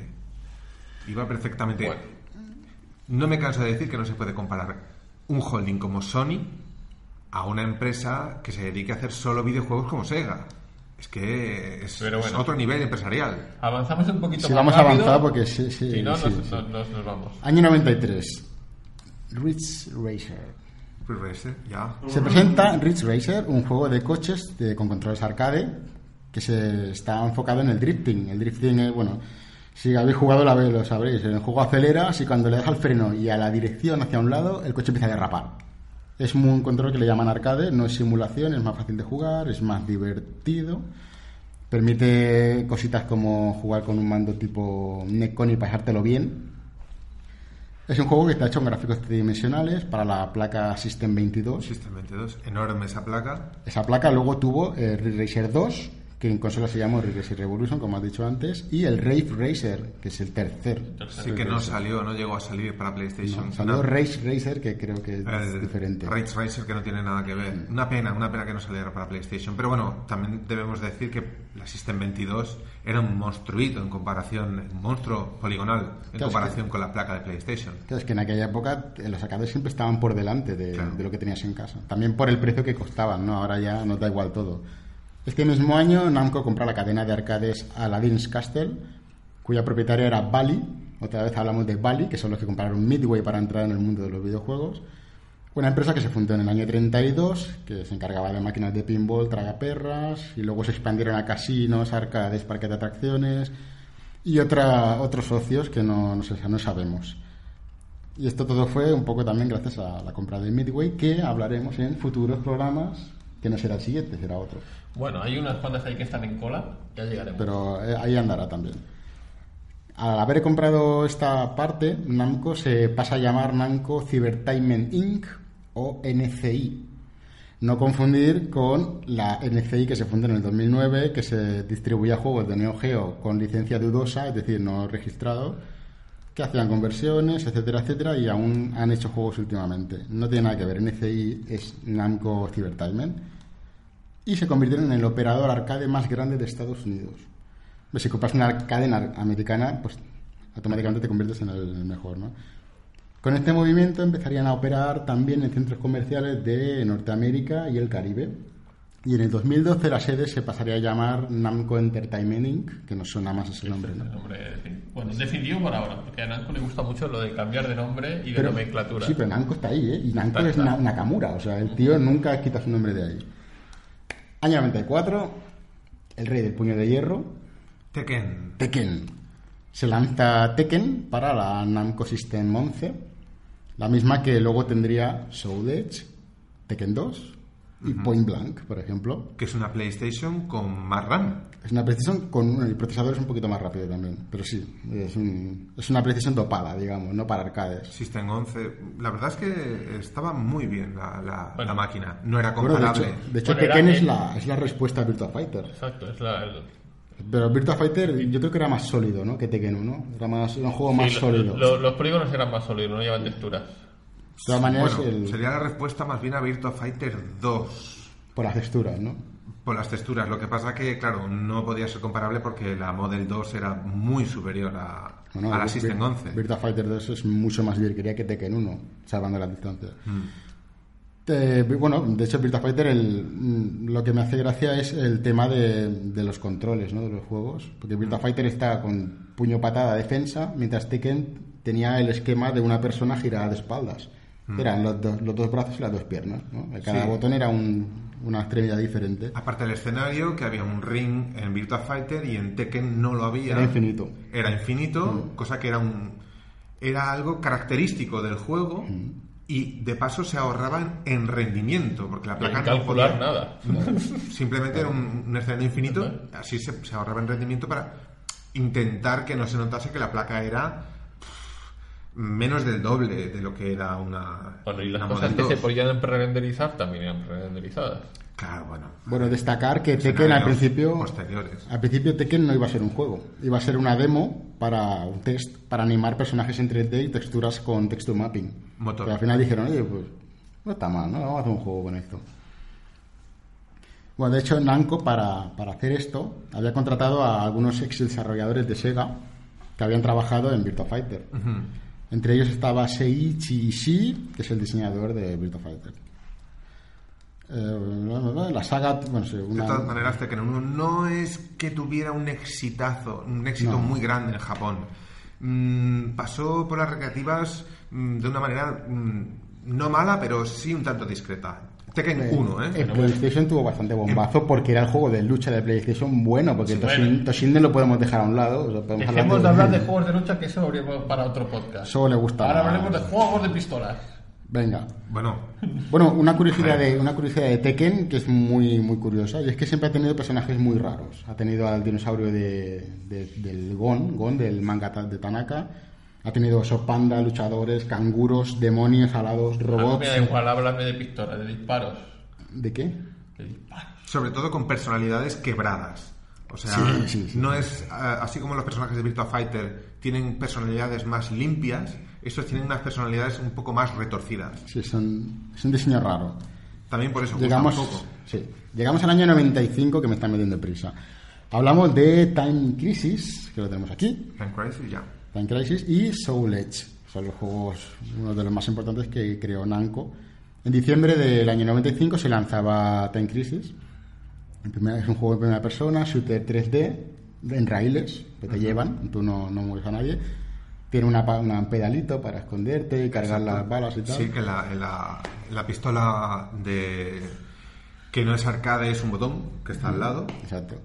Iba perfectamente. Bueno. No me canso de decir que no se puede comparar un holding como Sony a una empresa que se dedique a hacer solo videojuegos como Sega. Es que es, Pero bueno. es otro nivel empresarial. Avanzamos un poquito Sí, más vamos a rápido. avanzar porque sí, sí, Si no, sí, nos, sí. nos- nos- nos vamos. Año noventa y tres. Ridge Racer. Pues Racer, ya. Se presenta Ridge Racer, un juego de coches de- con controles arcade que se está enfocado en el drifting. El drifting es, bueno, si habéis jugado la lo sabréis. En el juego aceleras y cuando le das al freno y a la dirección hacia un lado, el coche empieza a derrapar. Es un un control que le llaman arcade, no es simulación, es más fácil de jugar, es más divertido. Permite cositas como jugar con un mando tipo Netcon y pasártelo bien. Es un juego que está hecho en gráficos tridimensionales para la placa System veintidós. System veintidós, enorme esa placa. Esa placa luego tuvo el Ridge Racer dos, que en consola se llamó Ridge Racer Revolution, como has dicho antes, y el Rave Racer, que es el tercer. Sí que no salió, no llegó a salir para PlayStation. No, salió Una- Rage Racer, que creo que es el diferente. Rage Racer, que no tiene nada que ver. Una pena, una pena que no saliera para PlayStation. Pero bueno, también debemos decir que la System veintidós era un monstruito en comparación, un monstruo poligonal en Claro, comparación es que- con la placa de PlayStation. Claro, es que en aquella época eh, los arcades siempre estaban por delante de, Claro. de lo que tenías en casa. También por el precio que costaban, ¿no? Ahora ya nos da igual todo. Este mismo año Namco compró la cadena de arcades Aladdin's Castle, cuya propietaria era Bally. Otra vez hablamos de Bally, que son los que compraron Midway para entrar en el mundo de los videojuegos. Una empresa que se fundó en el año treinta y dos, que se encargaba de máquinas de pinball, tragaperras, y luego se expandieron a casinos, arcades, parques de atracciones y otra, otros socios que no, no, sé, no sabemos. Y esto todo fue un poco también gracias a la compra de Midway, que hablaremos en futuros programas, que no será el siguiente, será otro. Bueno, hay unas cuantas ahí que están en cola, ya llegaremos. Pero eh, ahí andará también. Al haber comprado esta parte, Namco se pasa a llamar Namco Cybertainment incorporated o N C I. No confundir con la N C I que se fundó en el dos mil nueve, que se distribuía juegos de Neo Geo con licencia dudosa, es decir, no registrado, que hacían conversiones, etcétera, etcétera, y aún han hecho juegos últimamente. No tiene nada que ver, N C I es Namco Cybertainment. Y se convirtieron en el operador arcade más grande de Estados Unidos. Pues si compras una cadena americana, pues automáticamente te conviertes en el mejor, ¿no? Con este movimiento empezarían a operar también en centros comerciales de Norteamérica y el Caribe. Y en el dos mil doce la sede se pasaría a llamar Namco Entertainment incorporated, que no suena más ese nombre, ¿no? El nombre, bueno, definitivo por ahora, porque a Namco le gusta mucho lo de cambiar de nombre y de Pero- nomenclatura. Sí, pero Namco está ahí, ¿eh? Y Namco Está, es está. Na- Nakamura, o sea, el tío nunca quita su nombre de ahí. Año noventa y cuatro, el rey del puño de hierro, Tekken. Tekken. Se lanza Tekken para la Namco System once, la misma que luego tendría Soul Edge, Tekken dos y Point Blank, por ejemplo. Que es una PlayStation con más RAM. Es una PlayStation con el procesador es un poquito más rápido también, pero sí, es, un- es una PlayStation dopada, digamos, no para arcades. System once. La verdad es que estaba muy bien la, la- Bueno. la máquina. No era Bueno, de comparable. hecho, de hecho Bueno, era Tekken es el- la, es la respuesta a Virtua Fighter. Exacto, es la... el- Pero Virtua Fighter yo creo que era más sólido, ¿no? Que Tekken uno. Era, más, era un juego más sí, lo- sólido. lo- los polígonos eran más sólidos, no llevan texturas. De todas maneras, Bueno, el- sería la respuesta más bien a Virtua Fighter dos. por las texturas, ¿no? Por las texturas. Lo que pasa que, claro, no podía ser comparable porque la Model dos era muy superior a, Bueno, a la Vir- System once. Virtua Fighter dos es mucho más virguería que Tekken uno, salvando las distancias. Mm. Eh, bueno, de hecho, Virtua Fighter el, mm, lo que me hace gracia es el tema de, de los controles, ¿no? De los juegos. Porque Virtua Fighter está con puño patada defensa, mientras Tekken tenía el esquema de una persona girada de espaldas. Eran los, dos- los dos brazos y las dos piernas, ¿no? Cada Sí. botón era un- una extremidad diferente. Aparte del escenario, que había un ring en Virtua Fighter y en Tekken no lo había. Era infinito. Era infinito, cosa que era un era algo característico del juego y de paso se ahorraban en rendimiento, porque la placa Sin no calcular podía- nada. Simplemente era un, un escenario infinito, así se, se ahorraba en rendimiento para intentar que no se notase que la placa era pff, menos del doble de lo que era una Bueno, y las una cosas Model que se dos. podían pre-renderizar también eran pre-renderizadas. Claro, bueno. Bueno, destacar que Tekken al Escenarios principio posteriores. al principio Tekken no iba a ser un juego, iba a ser una demo para un test para animar personajes en tres D y texturas con texture mapping. Motor. Pero al final dijeron, oye, pues no está mal, ¿no? Vamos a hacer un juego con esto. Bueno, de hecho, Namco para, para hacer esto había contratado a algunos ex desarrolladores de Sega que habían trabajado en Virtua Fighter. Entre ellos estaba Seiichi Ishii, que es el diseñador de Virtua Fighter. Eh, la saga, bueno, sí, De una- todas maneras, Tekken uno no es que tuviera un exitazo, un éxito No. muy grande en Japón. Mm, pasó por las recreativas mm, de una manera mm, no mala, pero sí un tanto discreta. Tekken uno, ¿eh? En PlayStation tuvo bastante bombazo porque era el juego de lucha de PlayStation bueno, porque Sí, Toshin, bueno. Toshin no lo podemos dejar a un lado. O sea, podemos Dejemos de hablar de juegos de lucha, que eso lo abrimos para otro podcast. Eso le gusta. Ahora hablaremos de juegos de pistolas. Venga. Bueno, Bueno, una curiosidad de una curiosidad de Tekken que es muy muy curiosa y es que siempre ha tenido personajes muy raros. Ha tenido al dinosaurio de, de- del Gon, Gon del manga ta- de Tanaka. Ha tenido oso panda, luchadores, canguros, demonios alados, A mí robots. me da igual, háblame de pistolas, de disparos. ¿De qué? De disparos. sobre todo con personalidades quebradas. O sea, Sí, sí, sí. no es ah, así como los personajes de Virtua Fighter tienen personalidades más limpias, estos tienen unas personalidades un poco más retorcidas. Sí, son, es un diseño raro. También por eso gusta Llegamos, un poco. sí, llegamos al año noventa y cinco, que me está metiendo prisa. Hablamos de Time Crisis, que lo tenemos aquí. Time Crisis ya. Time Crisis y Soul Edge. Son los juegos, uno de los más importantes que creó Namco. En diciembre del año noventa y cinco se lanzaba Time Crisis. En primera- es un juego de primera persona, shooter tres D, en raíles, que te llevan, tú no, no mueves a nadie. Tiene una, pa- una pedalito para esconderte y cargar Exacto. las balas y tal. Sí, que la, en la, en la pistola de que no es arcade es un botón que está al lado. Exacto.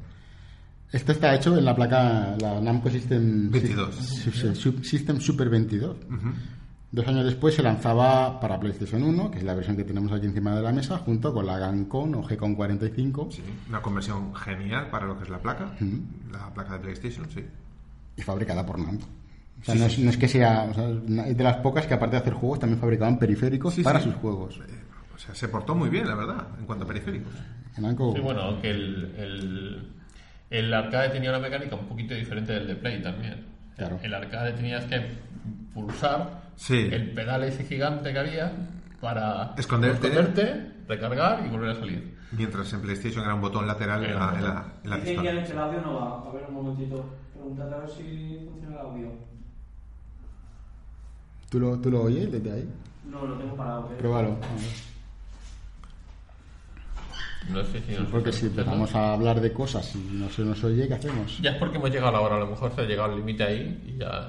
Esto está hecho en la placa, la Namco System veintidós. Sy- Sy- Sy- System Super veintidós. Dos años después se lanzaba para PlayStation uno, que es la versión que tenemos aquí encima de la mesa, junto con la Gamcon o G-Con cuarenta y cinco. Sí, una conversión genial para lo que es la placa, la placa de PlayStation, sí. Y fabricada por Namco. O sea, no, es, no es que sea, o sea, es de las pocas que aparte de hacer juegos también fabricaban periféricos Sí, para sí. sus juegos. Eh, O sea, se portó muy bien, la verdad, en cuanto a periféricos. Namco, Sí, bueno, aunque el, el, el arcade tenía una mecánica un poquito diferente del de Play también. Claro. El arcade tenías que pulsar Sí. el pedal ese gigante que había para Esconderte. esconderte, recargar y volver a salir. Mientras en PlayStation era un botón lateral en la, en la, en la Dicen que han pistola. hecho el audio, no va. A ver, un momentito. Pregúntate a ver si funciona el audio. ¿tú lo, ¿tú lo oyes desde ahí? No, lo tengo parado. ¿eh? Pruébalo. A ver. No sé si nos Porque si escuchando. empezamos a hablar de cosas y no se nos oye, ¿qué hacemos? Ya es porque hemos llegado a la hora, a lo mejor se ha llegado al límite ahí y ya...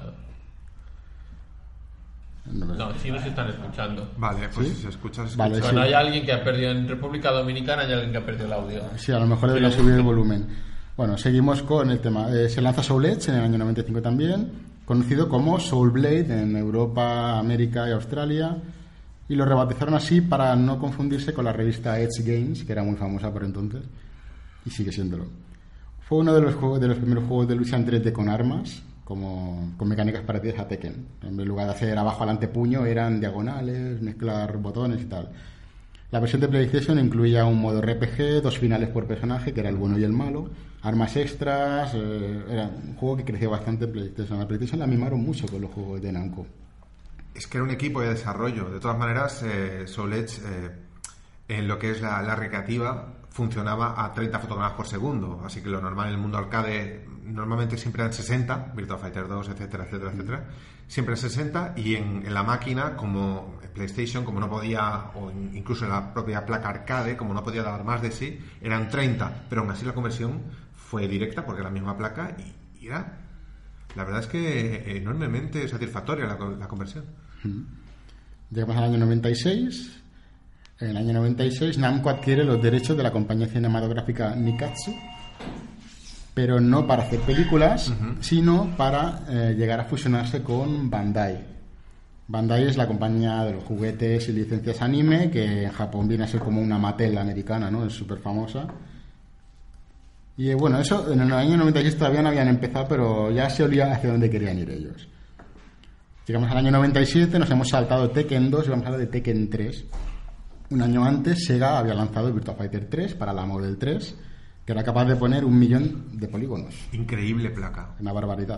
No, No, sí nos están escuchando. Vale, pues ¿Sí? si se escucha, se Vale, escucha. Bueno, sí. hay alguien que ha perdido en República Dominicana y hay alguien que ha perdido el audio. Sí, a lo mejor debería subir el volumen. Bueno, seguimos con el tema. Eh, se lanza Soul Edge en el año noventa y cinco también, conocido como Soul Blade en Europa, América y Australia, y lo rebautizaron así para no confundirse con la revista Edge Games, que era muy famosa por entonces, y sigue siéndolo. Fue uno de los juegos, de los primeros juegos de lucha en tres D con armas, como con mecánicas parecidas a Tekken. En lugar de hacer abajo adelante puño, eran diagonales, mezclar botones y tal. La versión de PlayStation incluía un modo R P G, dos finales por personaje, que era el bueno y el malo, armas extras, eh, era un juego que creció bastante en PlayStation. A PlayStation la mimaron mucho con los juegos de Namco. Es que era un equipo de desarrollo. De todas maneras, eh, Soul Edge, eh, en lo que es la, la recreativa, funcionaba a treinta fotogramas por segundo. Así que lo normal en el mundo arcade normalmente siempre eran sesenta, Virtua Fighter dos, etcétera, etcétera, etcétera. Siempre en sesenta, y en, en la máquina, como en PlayStation, como no podía, o in- incluso en la propia placa arcade, como no podía dar más de sí, eran treinta. Pero aún así la conversión fue directa porque era la misma placa y, y era... La verdad es que enormemente satisfactoria la, la conversión. Llegamos al año noventa y seis. En el año noventa y seis Namco adquiere los derechos de la compañía cinematográfica Nikatsu, pero no para hacer películas, uh-huh. sino para eh, llegar a fusionarse con Bandai. Bandai es la compañía de los juguetes y licencias anime, que en Japón viene a ser como una Mattel americana, ¿no? Es súper famosa. Y eh, bueno, eso en el año noventa y seis todavía no habían empezado, pero ya se olía hacia dónde querían ir ellos. Llegamos al año noventa y siete, nos hemos saltado Tekken dos y vamos a hablar de Tekken tres. Un año antes, Sega había lanzado Virtua Fighter tres para la Model tres, que era capaz de poner un millón de polígonos. Increíble placa. Una barbaridad.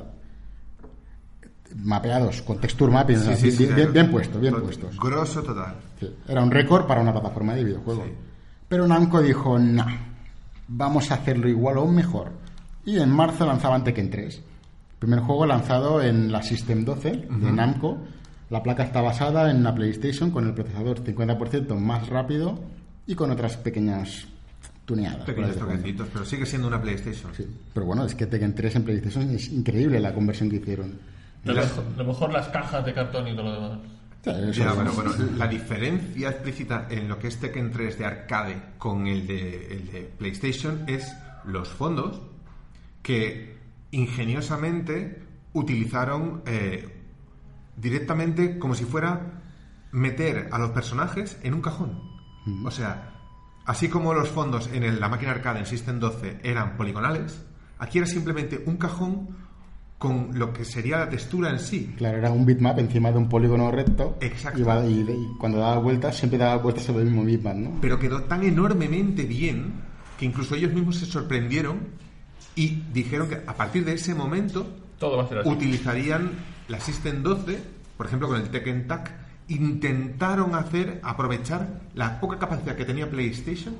Mapeados, con texture mapping, Sí, o sea, sí, sí, bien, sí, bien, sí. bien puestos, bien Tot- puestos. Grosso total. Sí, era un récord para una plataforma de videojuegos. Sí. Pero Namco dijo, no, vamos a hacerlo igual o aún mejor. Y en marzo lanzaban Tekken tres. Primer juego lanzado en la System doce de Ujú. Namco. La placa está basada en la PlayStation con el procesador cincuenta por ciento más rápido y con otras pequeñas tuneadas. Pequeños por así toquecitos, pero sigue siendo una PlayStation. decirlo. Sí. Pero bueno, es que Tekken tres en PlayStation es increíble la conversión que hicieron. Lo mejor, lo mejor las cajas de cartón y todo lo demás. O sea, eso Ya, es- bueno, bueno, la diferencia explícita en lo que es Tekken tres de arcade con el de, el de PlayStation es los fondos que ingeniosamente utilizaron eh, directamente como si fuera meter a los personajes en un cajón. O sea, así como los fondos en el- la máquina arcade en System doce eran poligonales, aquí era simplemente un cajón con lo que sería la textura en sí. Claro, era un bitmap encima de un polígono recto. Exacto. Y, va- y- y cuando daba vueltas, siempre daba vueltas sobre el mismo bitmap, ¿no? Pero quedó tan enormemente bien que incluso ellos mismos se sorprendieron y dijeron que a partir de ese momento Todo va a ser así. utilizarían la System doce, por ejemplo con el Tekken Tag, intentaron hacer, aprovechar la poca capacidad que tenía PlayStation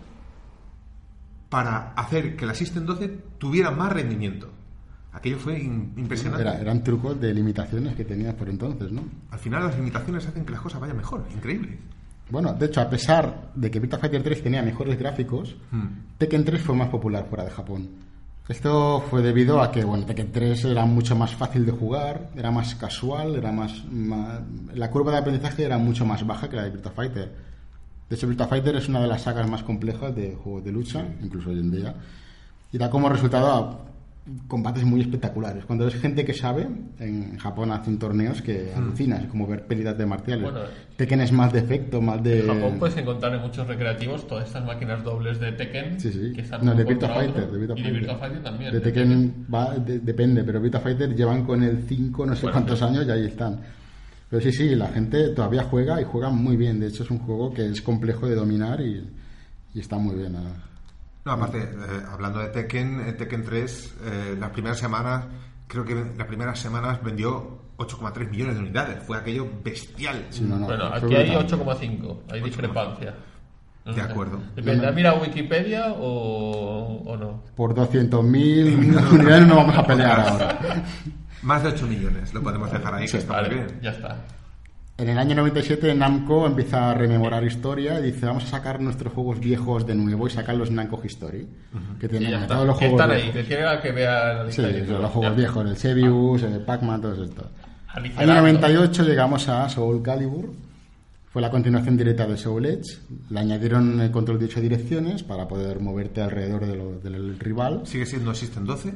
para hacer que la System doce tuviera más rendimiento. Aquello fue in- impresionante. Era- eran trucos de limitaciones que tenías por entonces, ¿no? Al final las limitaciones hacen que las cosas vayan mejor, increíble. Bueno, de hecho, a pesar de que Virtua Fighter tres tenía mejores gráficos, Hmm. Tekken tres fue más popular fuera de Japón. Esto fue debido a que, bueno, Tekken tres era mucho más fácil de jugar, era más casual, era más, más- la curva de aprendizaje era mucho más baja que la de Virtua Fighter. De hecho, Virtua Fighter es una de las sagas más complejas de juegos de lucha, incluso hoy en día, y da como resultado a combates muy espectaculares. Cuando ves gente que sabe, en Japón hacen torneos que alucinas, es como ver peleas de marciales. Bueno, Tekken es más de efecto, más de... En Japón puedes encontrar en muchos recreativos todas estas máquinas dobles de Tekken Sí, sí. que están No, uno de Virtua contra Fighter, otro. de Virtua y de Fighter. Virtua Fighter también. De Tekken va, de- depende, pero Virtua Fighter llevan con el cinco no sé Bueno, cuántos sí. años y ahí están. Pero sí, sí, la gente todavía juega y juega muy bien. De hecho, es un juego que es complejo de dominar y, y está muy bien. ah. No, aparte, eh, hablando de Tekken, eh, Tekken tres, eh, las primeras semanas, creo que las primeras semanas vendió ocho coma tres millones de unidades. Fue aquello bestial. Sí, no, no, Bueno, fue aquí hay brutal. ocho coma cinco, hay discrepancia. No De sé. acuerdo. Depende, ¿mira Wikipedia o, o no? Por doscientos mil unidades no vamos a pelear ahora. Más de ocho millones, lo podemos dejar ahí, que está Vale, muy bien. ya está. En el año noventa y siete Namco empieza a rememorar historia y dice, vamos a sacar nuestros juegos viejos de nuevo y sacar los Namco History, uh-huh. que Y tienen ya está. todos los Que juegos están ahí, viejos. que quiera que vea la Sí, lista de son títulos. los juegos Ya. viejos, el Sebius, el Pac-Man, todo esto. Aligerando. Año noventa y ocho llegamos a Soul Calibur. Fue la continuación directa de Soul Edge. Le añadieron el control de ocho direcciones para poder moverte alrededor de lo- del rival. ¿Sigue siendo System doce?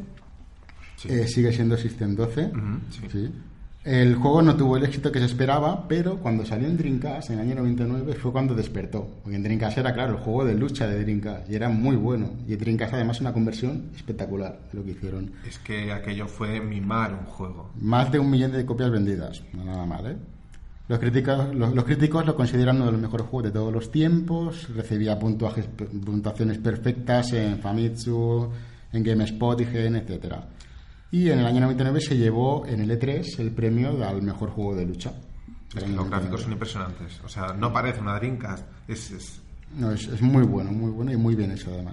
Sí. Eh, sigue siendo System doce. Ujú, sí. Sí. El juego no tuvo el éxito que se esperaba, pero cuando salió en Dreamcast en el año noventa y nueve fue cuando despertó. Porque en Dreamcast era, claro, el juego de lucha de Dreamcast y era muy bueno. Y Dreamcast además una conversión espectacular de lo que hicieron. Es que aquello fue mimar un juego. Más de un millón de copias vendidas, no nada mal, ¿eh? Los críticos, los, los críticos lo consideran uno de los mejores juegos de todos los tiempos. Recibía puntuajes, puntuaciones perfectas en Famitsu, en GameSpot, I G N, etcétera. Y en el año noventa y nueve se llevó en el E tres el premio al mejor juego de lucha. Es que los gráficos son impresionantes. O sea, no parece una Dreamcast. Es, es... No, es, es muy bueno, muy bueno y muy bien hecho además.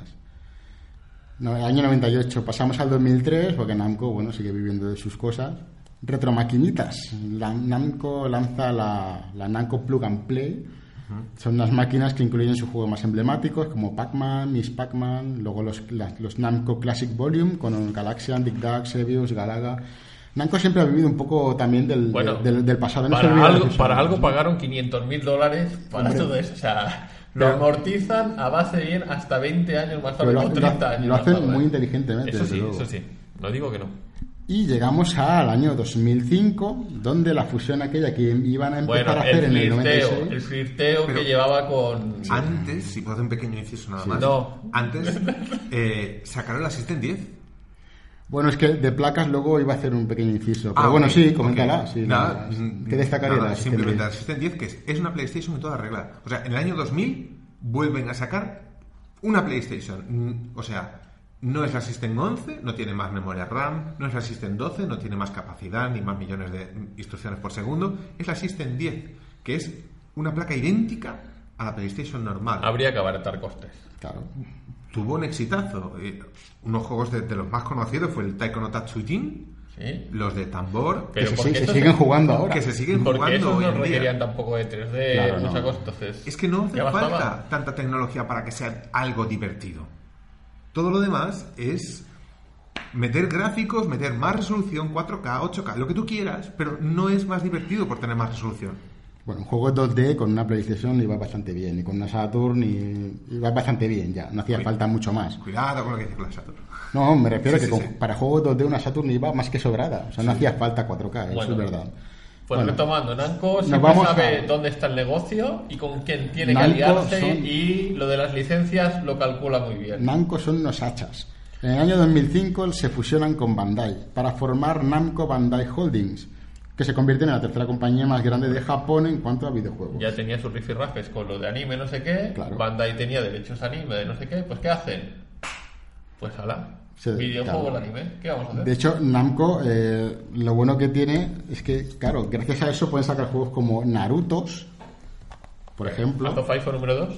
No, el año noventa y ocho pasamos al dos mil tres, porque Namco, bueno, sigue viviendo de sus cosas. Retromaquinitas. La, Namco lanza la, la Namco Plug and Play. Uh-huh. Son unas máquinas que incluyen sus juegos más emblemáticos como Pac-Man, Miss Pac-Man, luego los, las, los Namco Classic Volume con Galaxian, Dig Dug, Sebius, Galaga. Namco siempre ha vivido un poco también del, Bueno, del, del, del pasado. No se para, olvida de algo, sus para años, algo ¿no? pagaron quinientos mil dólares para Hombre. todo eso. O sea, lo Pero- amortizan a base bien hasta veinte años más tarde, Pero o lo, treinta lo- años lo más hacen tarde. muy inteligentemente. Eso desde sí, luego. eso sí. No digo que no. Y llegamos al año dos mil cinco, donde la fusión aquella que iban a empezar Bueno, a hacer el en el noventa y flirteo, seis. el flirteo Pero- que llevaba con... Antes, si puedo hacer un pequeño inciso nada más. No. Antes eh, sacaron la System diez. Bueno, es que de placas luego iba a hacer un pequeño inciso. Pero Ah, bueno, ok, sí, ok. coméntala. Sí, Nada, nada, mm, ¿qué destacaría? nada, la simplemente la System System diez, que es, es una PlayStation en toda regla. O sea, en el año dos mil vuelven a sacar una PlayStation. Mm, O sea, no es la System once, no tiene más memoria RAM, no es la System doce, no tiene más capacidad ni más millones de instrucciones por segundo. Es la System diez, que es una placa idéntica a la PlayStation normal. Habría que abaratar costes. Claro. Tuvo un exitazo. Eh, unos juegos de, de los más conocidos fue el Taiko no Tatsujin, ¿Sí? los de tambor, Pero Que se, porque se estos- siguen jugando ahora. que se siguen Porque jugando esos hoy no en día. requerían tampoco de tres D, Claro, mucha no. cosa, entonces... Es que no hace ya falta bastaba. tanta tecnología para que sea algo divertido. Todo lo demás es meter gráficos, meter más resolución, cuatro K, ocho K, lo que tú quieras, pero no es más divertido por tener más resolución. Bueno, un juego dos D con una PlayStation iba bastante bien. Y con una Saturn y- iba bastante bien ya. No hacía Uy. falta mucho más. Cuidado con lo que dice con la Saturn. No, me refiero Sí, a que sí, con- sí. para juegos dos D una Saturn iba más que sobrada. O sea, no hacía falta cuatro K, eso Bueno. es verdad. Pues Bueno, retomando, Namco siempre vamos sabe a- dónde está el negocio y con quién tiene Namco que aliarse son- y lo de las licencias lo calcula muy bien. Namco son unos hachas. En el año dos mil cinco se fusionan con Bandai para formar Namco Bandai Holdings, que se convierte en la tercera compañía más grande de Japón en cuanto a videojuegos. Ya tenía sus rifirrafes con lo de anime no sé qué, Claro. Bandai tenía derechos anime de no sé qué, pues ¿qué hacen? Pues ala, Sí, videojuego claro. el anime, ¿qué vamos a hacer? De hecho, Namco, eh, lo bueno que tiene es que, claro, gracias a eso pueden sacar juegos como Narutos, por ejemplo. Path of Five número dos.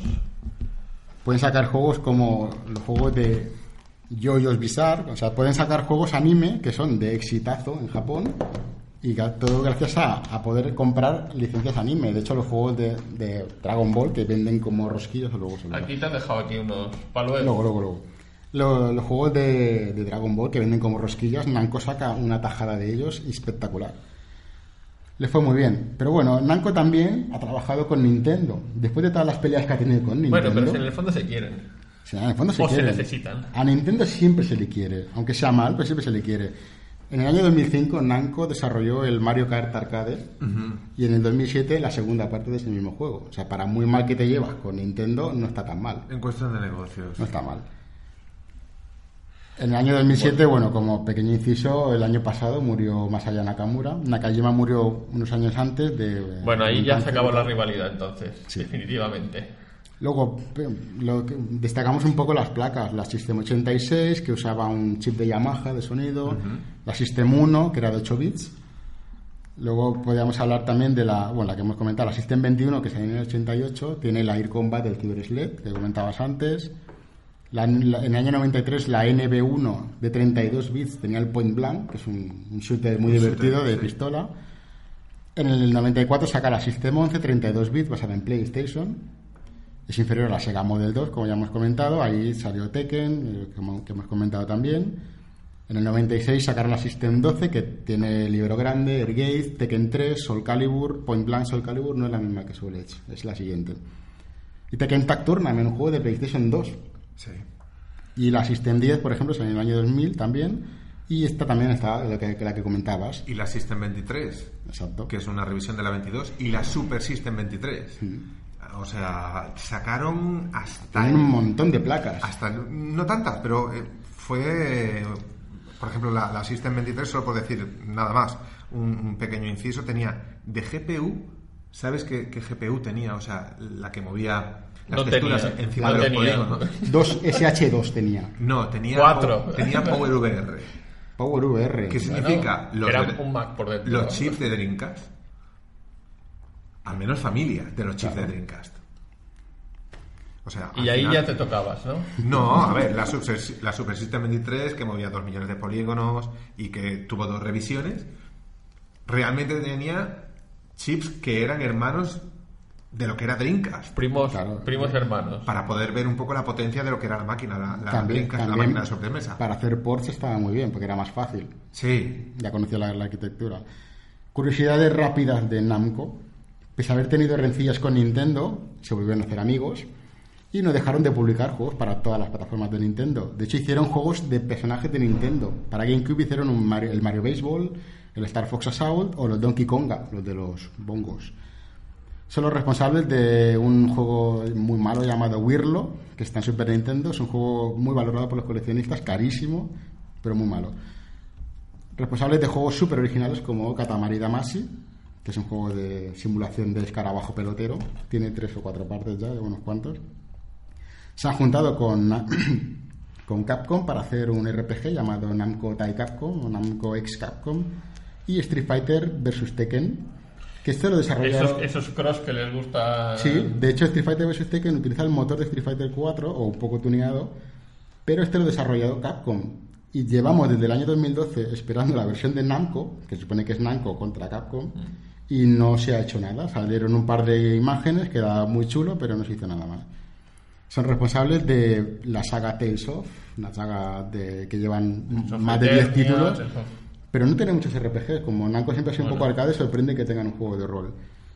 Pueden sacar juegos como los juegos de JoJo's Bizarre. O sea, pueden sacar juegos anime que son de exitazo en Japón. Y ga- todo gracias a, a poder comprar licencias anime. De hecho, los juegos de, de Dragon Ball que venden como rosquillos, luego se los- Aquí te han dejado aquí unos palos. Luego, luego, luego. Lo- los juegos de, de Dragon Ball que venden como rosquillas, Namco saca una tajada de ellos espectacular. Le fue muy bien. Pero bueno, Namco también ha trabajado con Nintendo. Después de todas las peleas que ha tenido con Nintendo. Bueno, pero si en el fondo se quieren. Sí, en el fondo se O se quieren. necesitan. A Nintendo siempre se le quiere. Aunque sea mal, pero siempre se le quiere. En el año dos mil cinco, Namco desarrolló el Mario Kart Arcade. Y en el dos mil siete, la segunda parte de ese mismo juego. O sea, para muy mal que te llevas con Nintendo, no está tan mal. En cuestión de negocios. No está mal. En el año dos mil siete, bueno, como pequeño inciso, el año pasado murió Masaya Nakamura. Nakajima murió unos años antes de... Bueno, ahí de un ya se cáncer. acabó la rivalidad entonces, Sí. definitivamente. Luego, pe- lo que- destacamos un poco las placas. La System ochenta y seis, que usaba un chip de Yamaha de sonido. La System uno, que era de ocho bits. Luego podríamos hablar también de la, bueno, la que hemos comentado, la System veintiuno, que salió en el ochenta y ocho. Tiene la Air Combat del Cyber Sled, que comentabas antes. La- la- en el año noventa y tres, la N B uno de treinta y dos bits tenía el Point Blank, que es un, un shooter muy Un divertido shooter, de sí. pistola. En el noventa y cuatro saca la System once, treinta y dos bits, basada en PlayStation. Es inferior a la Sega Model dos, como ya hemos comentado. Ahí salió Tekken, eh, que hemos comentado también. En el noventa y seis sacaron la System doce, que tiene libro grande, Airgate, Tekken tres, Soul Calibur, Point Blank Soul Calibur, no es la misma que Soul Edge, es la siguiente. Y Tekken Tag Tournament, un juego de PlayStation dos. Sí. Y la System diez, por ejemplo, salió en el año dos mil también. Y esta también está, la que, la que comentabas. Y la System veintitrés, Exacto. que es una revisión de la veintidós, y la Super System veintitrés. Mm. O sea, sacaron hasta... Tienen un montón de placas. Hasta, no tantas, pero eh, fue... Por ejemplo, la, la System veintitrés, solo por decir nada más, un, un pequeño inciso, tenía de G P U, ¿sabes qué, qué G P U tenía? O sea, la que movía las No texturas tenía, encima no de los tenía. polígonos. Dos S H dos tenía. No, tenía, Cuatro. tenía Power V R. Power V R. ¿Qué significa? Los, Era de- un Mac por dentro. los ¿no? chips de Dreamcast. Al menos familia de los chips Claro. de Dreamcast. O sea, Y al ahí final- ya te tocabas, ¿no? No, a ver, la Super, la Super System veintitrés, que movía dos millones de polígonos y que tuvo dos revisiones, realmente tenía chips que eran hermanos de lo que era Dreamcast, Primos, Claro. primos hermanos. para poder ver un poco la potencia de lo que era la máquina, la, la También, Dreamcast, la también máquina de sobremesa. para hacer ports estaba muy bien, porque era más fácil. Sí, Ya conocía la, la arquitectura. Curiosidades rápidas de Namco. Pese a haber tenido rencillas con Nintendo, se volvieron a hacer amigos y no dejaron de publicar juegos para todas las plataformas de Nintendo. De hecho, hicieron juegos de personajes de Nintendo. Para GameCube hicieron un Mario- el Mario Baseball, el Star Fox Assault o los Donkey Konga, los de los bongos. Son los responsables de un juego muy malo llamado Wirlo, que está en Super Nintendo. Es un juego muy valorado por los coleccionistas, carísimo, pero muy malo. Responsables de juegos súper originales como Katamari Damacy, que es un juego de simulación de escarabajo pelotero. Tiene tres o cuatro partes ya, de unos cuantos. Se han juntado con, con Capcom para hacer un R P G llamado Namco Tai Capcom o Namco X Capcom y Street Fighter versus Tekken, que esto lo desarrollaron... Esos, esos cross que les gusta. Sí, de hecho Street Fighter versus Tekken utiliza el motor de Street Fighter cuatro o un poco tuneado, pero este lo ha desarrollado Capcom y llevamos desde el año dos mil doce esperando la versión de Namco, que se supone que es Namco contra Capcom, y no se ha hecho nada. Salieron un par de imágenes, queda muy chulo, pero no se hizo nada más. Son responsables de la saga Tales of, una saga de, que llevan Son más de diez Eternia, títulos, eso. pero no tiene muchos R P G. Como Namco siempre ha sido un Bueno. poco arcade, sorprende que tengan un juego de rol.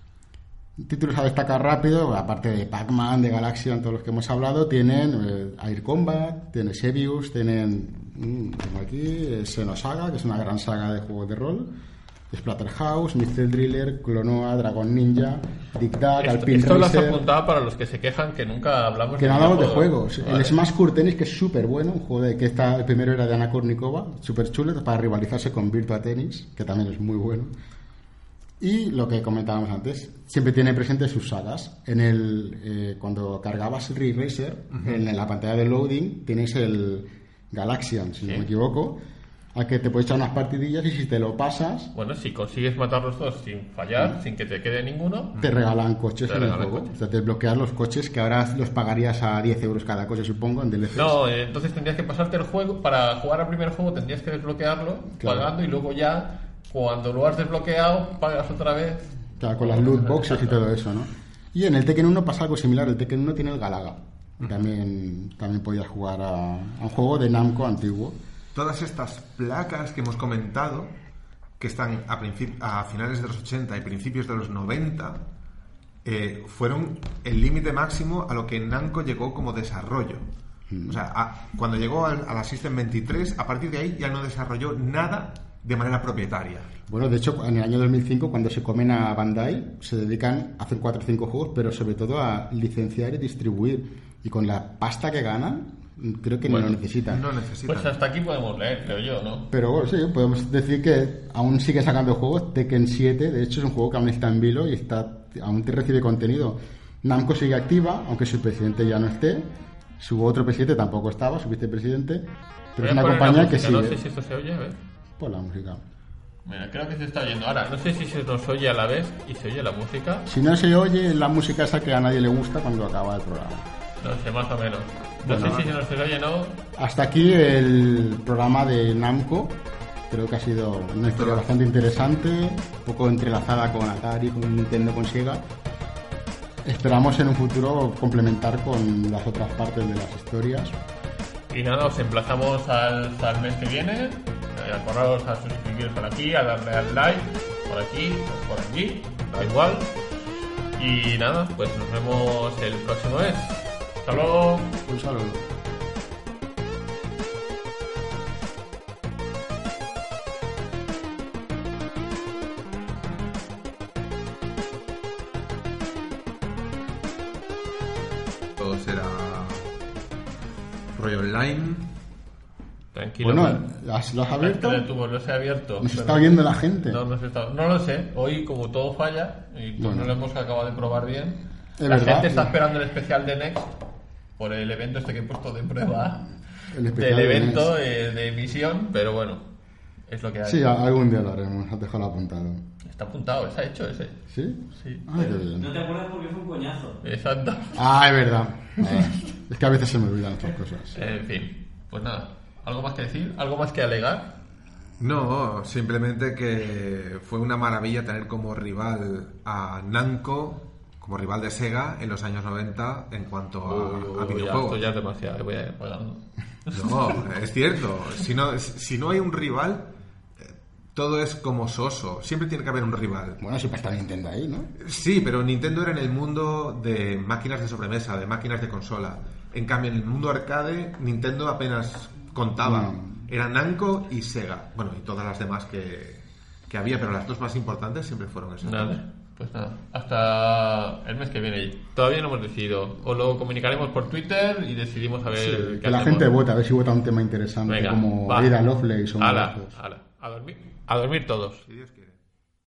Títulos a destacar rápido, aparte de Pac-Man, de Galaxian, todos los que hemos hablado, tienen eh, Air Combat, tienen Sebius, tienen, mm, tengo aquí, eh, Xenosaga, que es una gran saga de juegos de rol, Splatterhouse, mister Driller, Clonoa, Dragon Ninja, Dig Dug, Esto, Alpine esto lo has Racer... apuntado para los que se quejan que nunca hablamos Que no hablamos de videojuegos. juegos. Vale. El Smash Court Tennis, que es súper bueno, un juego de que está, el primero era de Ana Kournikova, súper chulo, para rivalizarse con Virtua Tennis, que también es muy bueno. Y lo que comentábamos antes, siempre tiene presente sus sagas. En el eh, cuando cargabas el Ridge Racer, en la pantalla de loading tienes el Galaxian, si no Sí. me equivoco, al que te puedes echar unas partidillas y si te lo pasas, Bueno, si consigues matarlos todos sin fallar, sin que te quede ninguno, te regalan coches Te en el regalan juego. coches. O sea, te desbloqueas los coches que ahora los pagarías a diez euros cada coche, supongo, en D L Cs. no, eh, entonces tendrías que pasarte el juego. Para jugar al primer juego tendrías que desbloquearlo Claro. pagando y luego ya, cuando lo has desbloqueado, pagas otra vez. Claro, con las loot boxes y todo eso, ¿no? Y en el Tekken uno pasa algo similar. El Tekken uno tiene el Galaga. También, también podías jugar a, a un juego de Namco antiguo. todas estas placas que hemos comentado, que están a, princip- a finales de los ochenta y principios de los noventa, eh, fueron el límite máximo a lo que Namco llegó como desarrollo. O sea, a- cuando llegó al- a la System veintitrés, a partir de ahí ya no desarrolló nada de manera propietaria. Bueno, de hecho, en el año dos mil cinco, cuando se comen a Bandai, se dedican a hacer cuatro o cinco juegos, pero sobre todo a licenciar y distribuir. Y con la pasta que ganan, creo que Bueno, no lo necesitan. No necesitan. Pues hasta aquí podemos leer, creo yo, ¿no? Pero bueno, sí, podemos decir que aún sigue sacando juegos. Tekken siete, de hecho, es un juego que aún está en vilo y está, aún te recibe contenido. Namco sigue activa, aunque su presidente ya no esté. Su otro presidente tampoco estaba, su vicepresidente. Pero Voy es a una poner la compañía que música, sigue. No sé si esto se oye, a ver. Por la música. Mira, creo que se está oyendo. Ahora, no sé si se nos oye a la vez y se oye la música. Si no se oye, la música esa que a nadie le gusta cuando acaba el programa. No sé, más o menos. No Bueno, sé si se nos oye o no. Hasta aquí el programa de Namco. Creo que ha sido una historia bastante interesante, un poco entrelazada con Atari, con Nintendo, con Sega. Esperamos en un futuro complementar con las otras partes de las historias. Y nada, os emplazamos al, al mes que viene. Eh, acordaos a suscribiros por aquí, a darle al like, por aquí, por allí, da igual. Y nada, pues nos vemos el próximo mes. Hasta luego. Un saludo. Todo será rollo online. Tranquilo. Bueno, pues. ¿has- ¿lo has abierto? El tubo lo he abierto. Nos pero- está viendo la gente. No, no, se está- no lo sé. Hoy, como todo falla, y pues Bueno. no lo hemos acabado de probar bien, Es la verdad. gente está esperando el especial de Next por el evento este que he puesto de prueba El especial del de evento Next. eh, de emisión, pero bueno, es lo que hay. Sí, a- algún día lo haremos, has dejado apuntado. Está apuntado, está hecho ese. ¿Sí? Sí. Ah, qué bien. No te acuerdas porque fue un coñazo. Exacto. Ah, es verdad. Ah, es que a veces se me olvidan estas cosas. En fin, pues nada. ¿Algo más que decir? ¿Algo más que alegar? No, simplemente que fue una maravilla tener como rival a Namco, como rival de Sega en los años noventa en cuanto a, Uy, uy, a uy, videojuegos. esto ya es demasiado, voy a ir pagando. No, es cierto. Si no, si no hay un rival, eh, todo es como soso. Siempre tiene que haber un rival. Bueno, siempre está Nintendo ahí, ¿no? Sí, pero Nintendo era en el mundo de máquinas de sobremesa, de máquinas de consola. En cambio, en el mundo arcade, Nintendo apenas contaba. Mm. Era Namco y Sega. Bueno, y todas las demás que, que había, pero las dos más importantes siempre fueron esas. Nada, pues nada. Hasta el mes que viene. Todavía no hemos decidido. Os lo comunicaremos por Twitter y decidimos a ver Sí, qué que la hacemos. gente vote, a ver si vota un tema interesante Venga, como va. Ada Lovelace o Ala, Mozos. ala. A dormir, a dormir todos. Si Dios quiere.